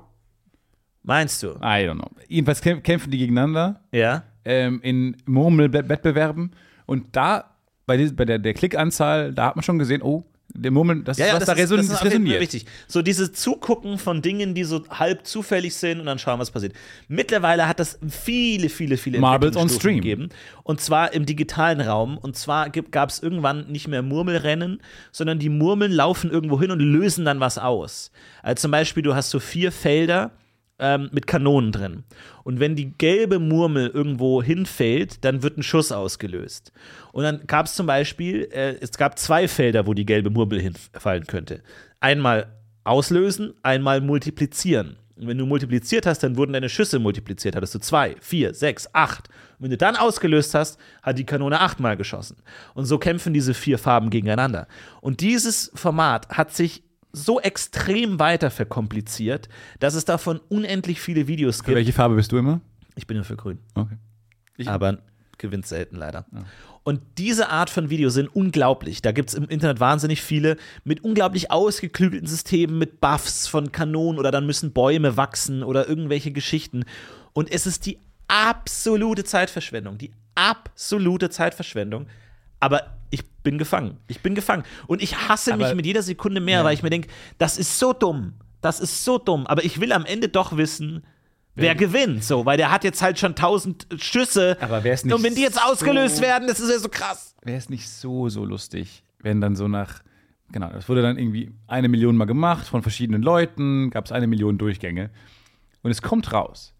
Meinst du? I don't know. Jedenfalls kämpfen die gegeneinander Ja. in Murmelwettbewerben. Und da, bei der Klickanzahl, da hat man schon gesehen, oh, der Murmeln, das ist was da das ist auf jeden Fall resoniert. wichtig. So dieses Zugucken von Dingen, die so halb zufällig sind und dann schauen, was passiert. Mittlerweile hat das viele Marbles on Entwicklungsstufen Stream gegeben. Und zwar im digitalen Raum. Und zwar gab es irgendwann nicht mehr Murmelrennen, sondern die Murmeln laufen irgendwo hin und lösen dann was aus. Also zum Beispiel, du hast so 4 Felder mit Kanonen drin. Und wenn die gelbe Murmel irgendwo hinfällt, dann wird ein Schuss ausgelöst. Und dann gab es zum Beispiel, es gab 2 Felder, wo die gelbe Murmel hinfallen könnte. Einmal auslösen, einmal multiplizieren. Und wenn du multipliziert hast, dann wurden deine Schüsse multipliziert. Hattest du 2, 4, 6, 8. Und wenn du dann ausgelöst hast, hat die Kanone 8-mal geschossen. Und so kämpfen diese 4 Farben gegeneinander. Und dieses Format hat sich so extrem weiter verkompliziert, dass es davon unendlich viele Videos Für gibt. welche Farbe bist du immer? Ich bin nur für grün. Okay. Aber gewinnt selten leider. Ja. Und diese Art von Videos sind unglaublich. Da gibt es im Internet wahnsinnig viele mit unglaublich ausgeklügelten Systemen, mit Buffs von Kanonen oder dann müssen Bäume wachsen oder irgendwelche Geschichten. Und es ist die absolute Zeitverschwendung. Die absolute Zeitverschwendung. Aber ich bin gefangen. Und ich hasse mich mit jeder Sekunde mehr, weil ich mir denke, das ist so dumm. Aber ich will am Ende doch wissen, wer gewinnt. So, weil der hat jetzt halt schon 1000 Schüsse. Aber wär's nicht und wenn die jetzt ausgelöst so- werden, das ist ja so krass. Wäre es nicht so lustig, wenn dann so genau, das wurde dann irgendwie 1 Million Mal gemacht von verschiedenen Leuten, gab es 1 Million Durchgänge. Und es kommt raus,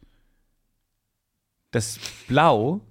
dass Blau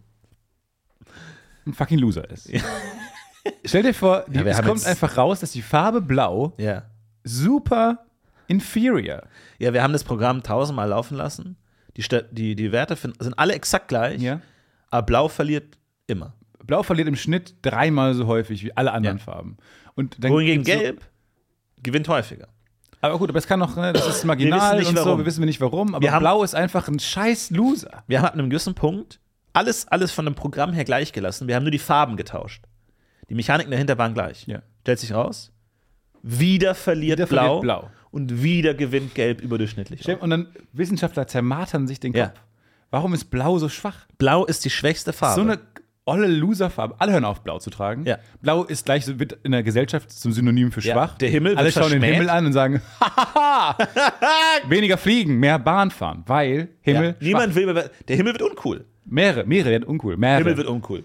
ein fucking Loser ist. Ja. Stell dir vor, Ja, wir es haben kommt jetzt- einfach raus, dass die Farbe Blau Ja. super inferior. Ja, wir haben das Programm 1000-mal laufen lassen. Die Werte sind alle exakt gleich, Ja. aber Blau verliert immer. Blau verliert im Schnitt 3-mal so häufig wie alle anderen Ja. Farben. Und dann Wohingegen gibt's Gelb gewinnt häufiger. Aber gut, aber es kann noch, ne, das ist marginal nicht und so, warum. wir wissen nicht warum, aber Wir haben- Blau ist einfach ein scheiß Loser. Wir haben ab einem gewissen Punkt alles von dem Programm her gleich gelassen. Wir haben nur die Farben getauscht. Die Mechaniken dahinter waren gleich. Ja. Stellt sich raus, wieder verliert Blau und wieder gewinnt Gelb überdurchschnittlich. Und dann Wissenschaftler zermartern sich den Kopf. Ja. Warum ist Blau so schwach? Blau ist die schwächste Farbe. So eine olle Loserfarbe. Alle hören auf, Blau zu tragen. Ja. Blau ist gleich, wird in der Gesellschaft zum Synonym für Ja. schwach. Der Himmel Alle wird schauen den verschmäht. Himmel an und sagen, hahaha, weniger fliegen, mehr Bahn fahren, weil Himmel Ja. Niemand will mehr. Der Himmel wird uncool. Meere werden uncool. Himmel wird uncool.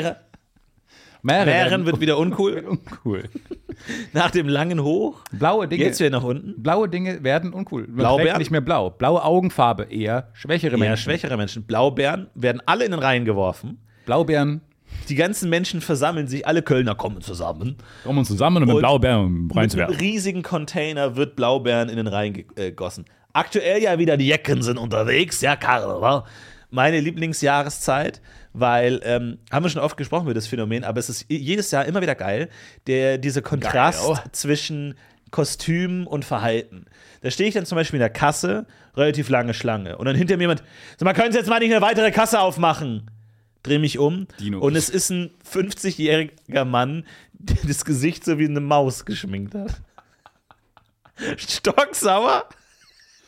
Meeren wird wieder uncool. uncool. Nach dem langen Hoch Blaue Dinge. geht's wieder nach unten. Blaue Dinge werden uncool. Man Blaubeeren? trägt nicht mehr blau. Blaue Augenfarbe eher schwächere Eher Menschen. schwächere Menschen. Blaubeeren werden alle in den Reihen geworfen. Blaubeeren Die ganzen Menschen versammeln sich, alle Kölner kommen zusammen. kommen uns zusammen, um mit Und Blaubeeren Mit einem reinzuwerfen. riesigen Container wird Blaubeeren in den Reihen gegossen. Aktuell ja wieder die Jecken sind unterwegs, ja, Karl. Meine Lieblingsjahreszeit, weil, haben wir schon oft gesprochen über das Phänomen, aber es ist jedes Jahr immer wieder geil, dieser Kontrast Geil. zwischen Kostüm und Verhalten. Da stehe ich dann zum Beispiel in der Kasse, relativ lange Schlange, und dann hinter mir jemand, sag mal, können Sie jetzt mal nicht eine weitere Kasse aufmachen? Dreh mich um Dino. und es ist ein 50-jähriger Mann, der das Gesicht so wie eine Maus geschminkt hat. Stocksauer.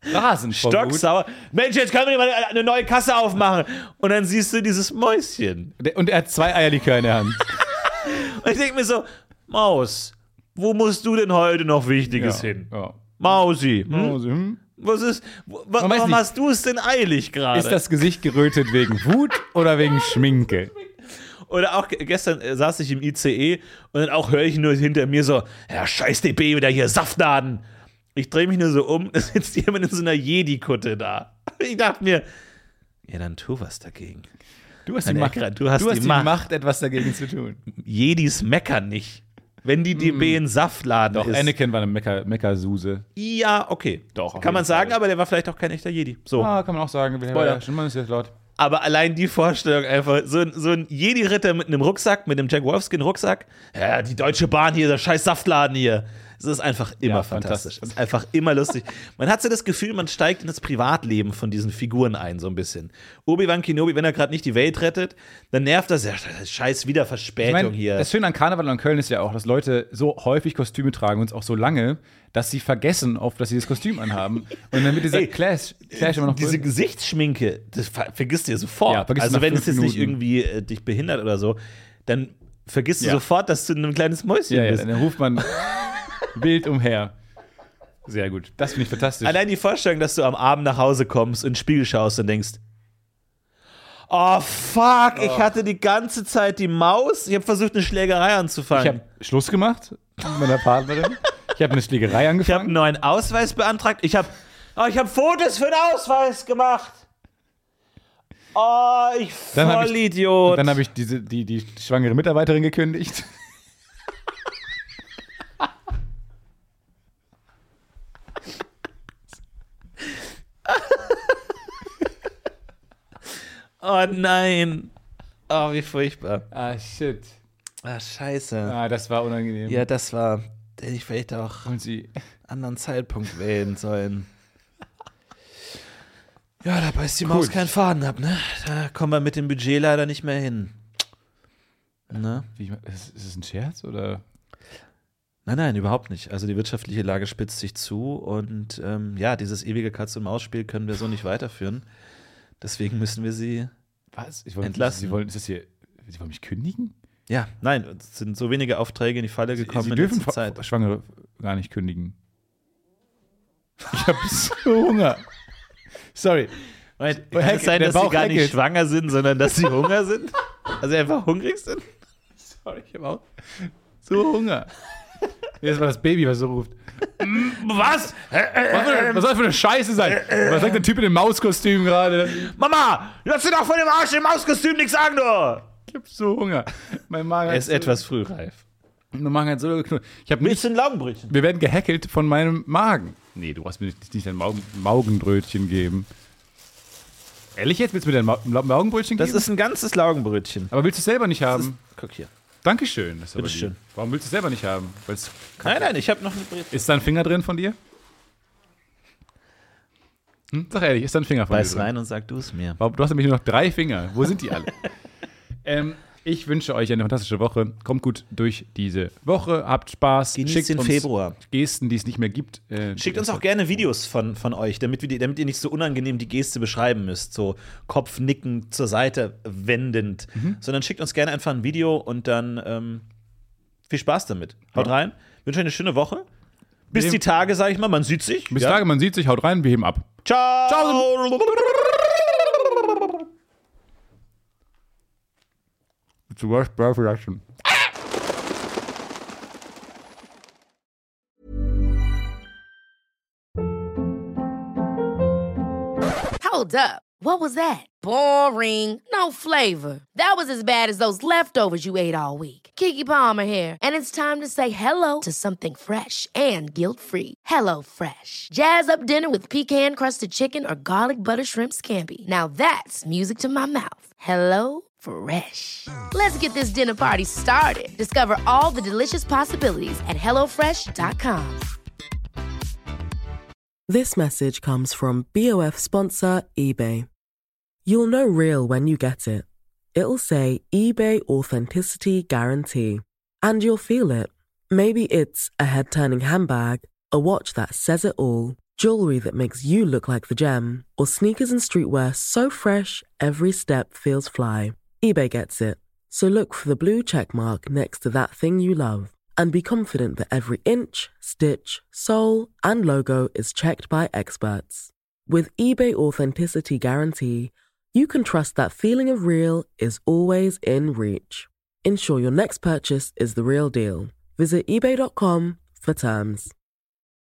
Rasen vor Wut. Stocksauer. Mensch, jetzt können wir mal eine neue Kasse aufmachen. Und dann siehst du dieses Mäuschen. Und er hat 2 Eierlikör in der Hand. Und ich denke mir so, Maus, wo musst du denn heute noch Wichtiges hin? Ja. Mausi, Mausi, was ist, weiß warum nicht. hast du es denn eilig gerade? Ist das Gesicht gerötet wegen Wut oder wegen Schminke? Oder auch gestern saß ich im ICE und dann auch höre ich nur hinter mir so, ja, scheiß DB, wieder hier Saftladen. Ich drehe mich nur so um, da sitzt jemand in so einer Jedi-Kutte da. Ich dachte mir, ja, dann tu was dagegen. Du hast die Macht, etwas dagegen zu tun. Jedis meckern nicht. Wenn die DB ein Saftladen Doch, ist. Anakin war eine Meckersuse. Ja, okay. Doch, auf kann man jeden Fall. sagen, aber der war vielleicht auch kein echter Jedi. So. Ah, kann man auch sagen. Spoiler. Schon mal ist jetzt laut. Aber allein die Vorstellung einfach, so ein Jedi-Ritter mit einem Rucksack, mit einem Jack Wolfskin-Rucksack, ja, die Deutsche Bahn hier, der scheiß Saftladen hier. Es ist einfach immer fantastisch. Es ist einfach immer lustig. Man hat so das Gefühl, man steigt in das Privatleben von diesen Figuren ein, so ein bisschen. Obi-Wan Kenobi, wenn er gerade nicht die Welt rettet, dann nervt das ja, scheiß wieder Verspätung hier. Das Schöne an Karneval und an Köln ist ja auch, dass Leute so häufig Kostüme tragen und auch so lange, dass sie vergessen oft, dass sie das Kostüm anhaben. Und dann wird dieser Clash immer noch diese Gesichtsschminke, das vergisst ihr sofort. Ja, vergisst also nach wenn 5 es jetzt nicht Minuten. irgendwie dich behindert oder so, dann vergisst du Ja. sofort, dass du ein kleines Mäuschen Ja, bist. dann ruft man wild umher. Sehr gut. Das finde ich fantastisch. Allein die Vorstellung, dass du am Abend nach Hause kommst, in den Spiegel schaust und denkst, oh fuck, ich hatte die ganze Zeit die Maus. Ich habe versucht, eine Schlägerei Ich anzufangen. habe Schluss gemacht mit meiner Partnerin. Ich habe eine Schlägerei Ich habe angefangen. einen neuen Ausweis beantragt. Ich habe Fotos für den Ausweis gemacht. Oh, ich Dann hab ich- Vollidiot. Dann habe ich die schwangere Mitarbeiterin gekündigt. Oh nein. Oh, wie furchtbar. Ah, shit. Ah, scheiße. Ah, das war unangenehm. Ja, das war. Hätte ich vielleicht auch Und sie. einen anderen Zeitpunkt wählen sollen. Ja, da beißt die Maus Gut. keinen Faden ab, ne? Da kommen wir mit dem Budget leider nicht mehr hin. Ne? Ist es ein Scherz oder? Nein, überhaupt nicht. Also die wirtschaftliche Lage spitzt sich zu und ja, dieses ewige Katz-und-Maus-Spiel können wir so nicht weiterführen. Deswegen müssen wir sie. Was? Entlassen. Sie wollen mich kündigen? Ja, nein, es sind so wenige Aufträge in die Falle gekommen Sie in dürfen letzter Zeit. Schwangere gar nicht kündigen. Ich habe so Hunger. Sorry. Moment, kann es sein, der dass sie Bauch gar nicht hackelt. schwanger sind, sondern dass sie Hunger sind? Also einfach hungrig sind? Sorry, ich habe auch so Hunger. Das war das Baby, was so ruft. Was? Was soll das für eine Scheiße sein? Was sagt der Typ in dem Mauskostüm gerade? Mama, lass dir doch von dem Arsch im Mauskostüm nichts sagen, du! Ich habe so Hunger. Mein Magen Er ist etwas frühreif. Mein Magen hat so geknurrt. Willst du ein Laugenbrötchen? Wir werden gehackelt von meinem Magen. Nee, du hast mir nicht ein Maugenbrötchen geben. Ehrlich jetzt? Willst du mir dein Maugenbrötchen geben? Das ist ein ganzes Laugenbrötchen. Aber willst du es selber nicht haben? Guck hier. Dankeschön. Das ist aber Bitteschön. lieb. Warum willst du es selber nicht haben? Weil's Nein, ich habe noch eine Brötchen. ist da ein Finger drin von dir? Sag ehrlich, ist da ein Finger von Beiß dir drin? rein und sag du es mir. Du hast nämlich nur noch 3 Finger. Wo sind die alle? Ich wünsche euch eine fantastische Woche. Kommt gut durch diese Woche. Habt Spaß. Genießt den uns Februar. Gesten, die es nicht mehr gibt. Schickt uns auch gerne Videos von euch, damit ihr nicht so unangenehm die Geste beschreiben müsst. So Kopfnicken zur Seite wendend. Sondern schickt uns gerne einfach ein Video und dann viel Spaß damit. Haut rein. Wünsche euch eine schöne Woche. Bis die Tage, sag ich mal. Man sieht sich. Bis Tage, man sieht sich. Haut rein. Wir heben ab. Ciao. Ciao. It's the worst birth reaction. Hold up. What was that? Boring. No flavor. That was as bad as those leftovers you ate all week. Keke Palmer here, and it's time to say hello to something fresh and guilt-free. Hello Fresh. Jazz up dinner with pecan-crusted chicken or garlic butter shrimp scampi. Now that's music to my mouth. Hello Fresh. Let's get this dinner party started. Discover all the delicious possibilities at hellofresh.com. This message comes from BOF sponsor eBay. You'll know real when you get it. It'll say eBay Authenticity Guarantee. And you'll feel it. Maybe it's a head-turning handbag, a watch that says it all, Jewelry that makes you look like the gem, or sneakers and streetwear so fresh, every step feels fly. eBay gets it. So look for the blue check mark next to that thing you love. And be confident that every inch, stitch, sole, and logo is checked by experts. With eBay Authenticity Guarantee, you can trust that feeling of real is always in reach. Ensure your next purchase is the real deal. Visit ebay.com for terms.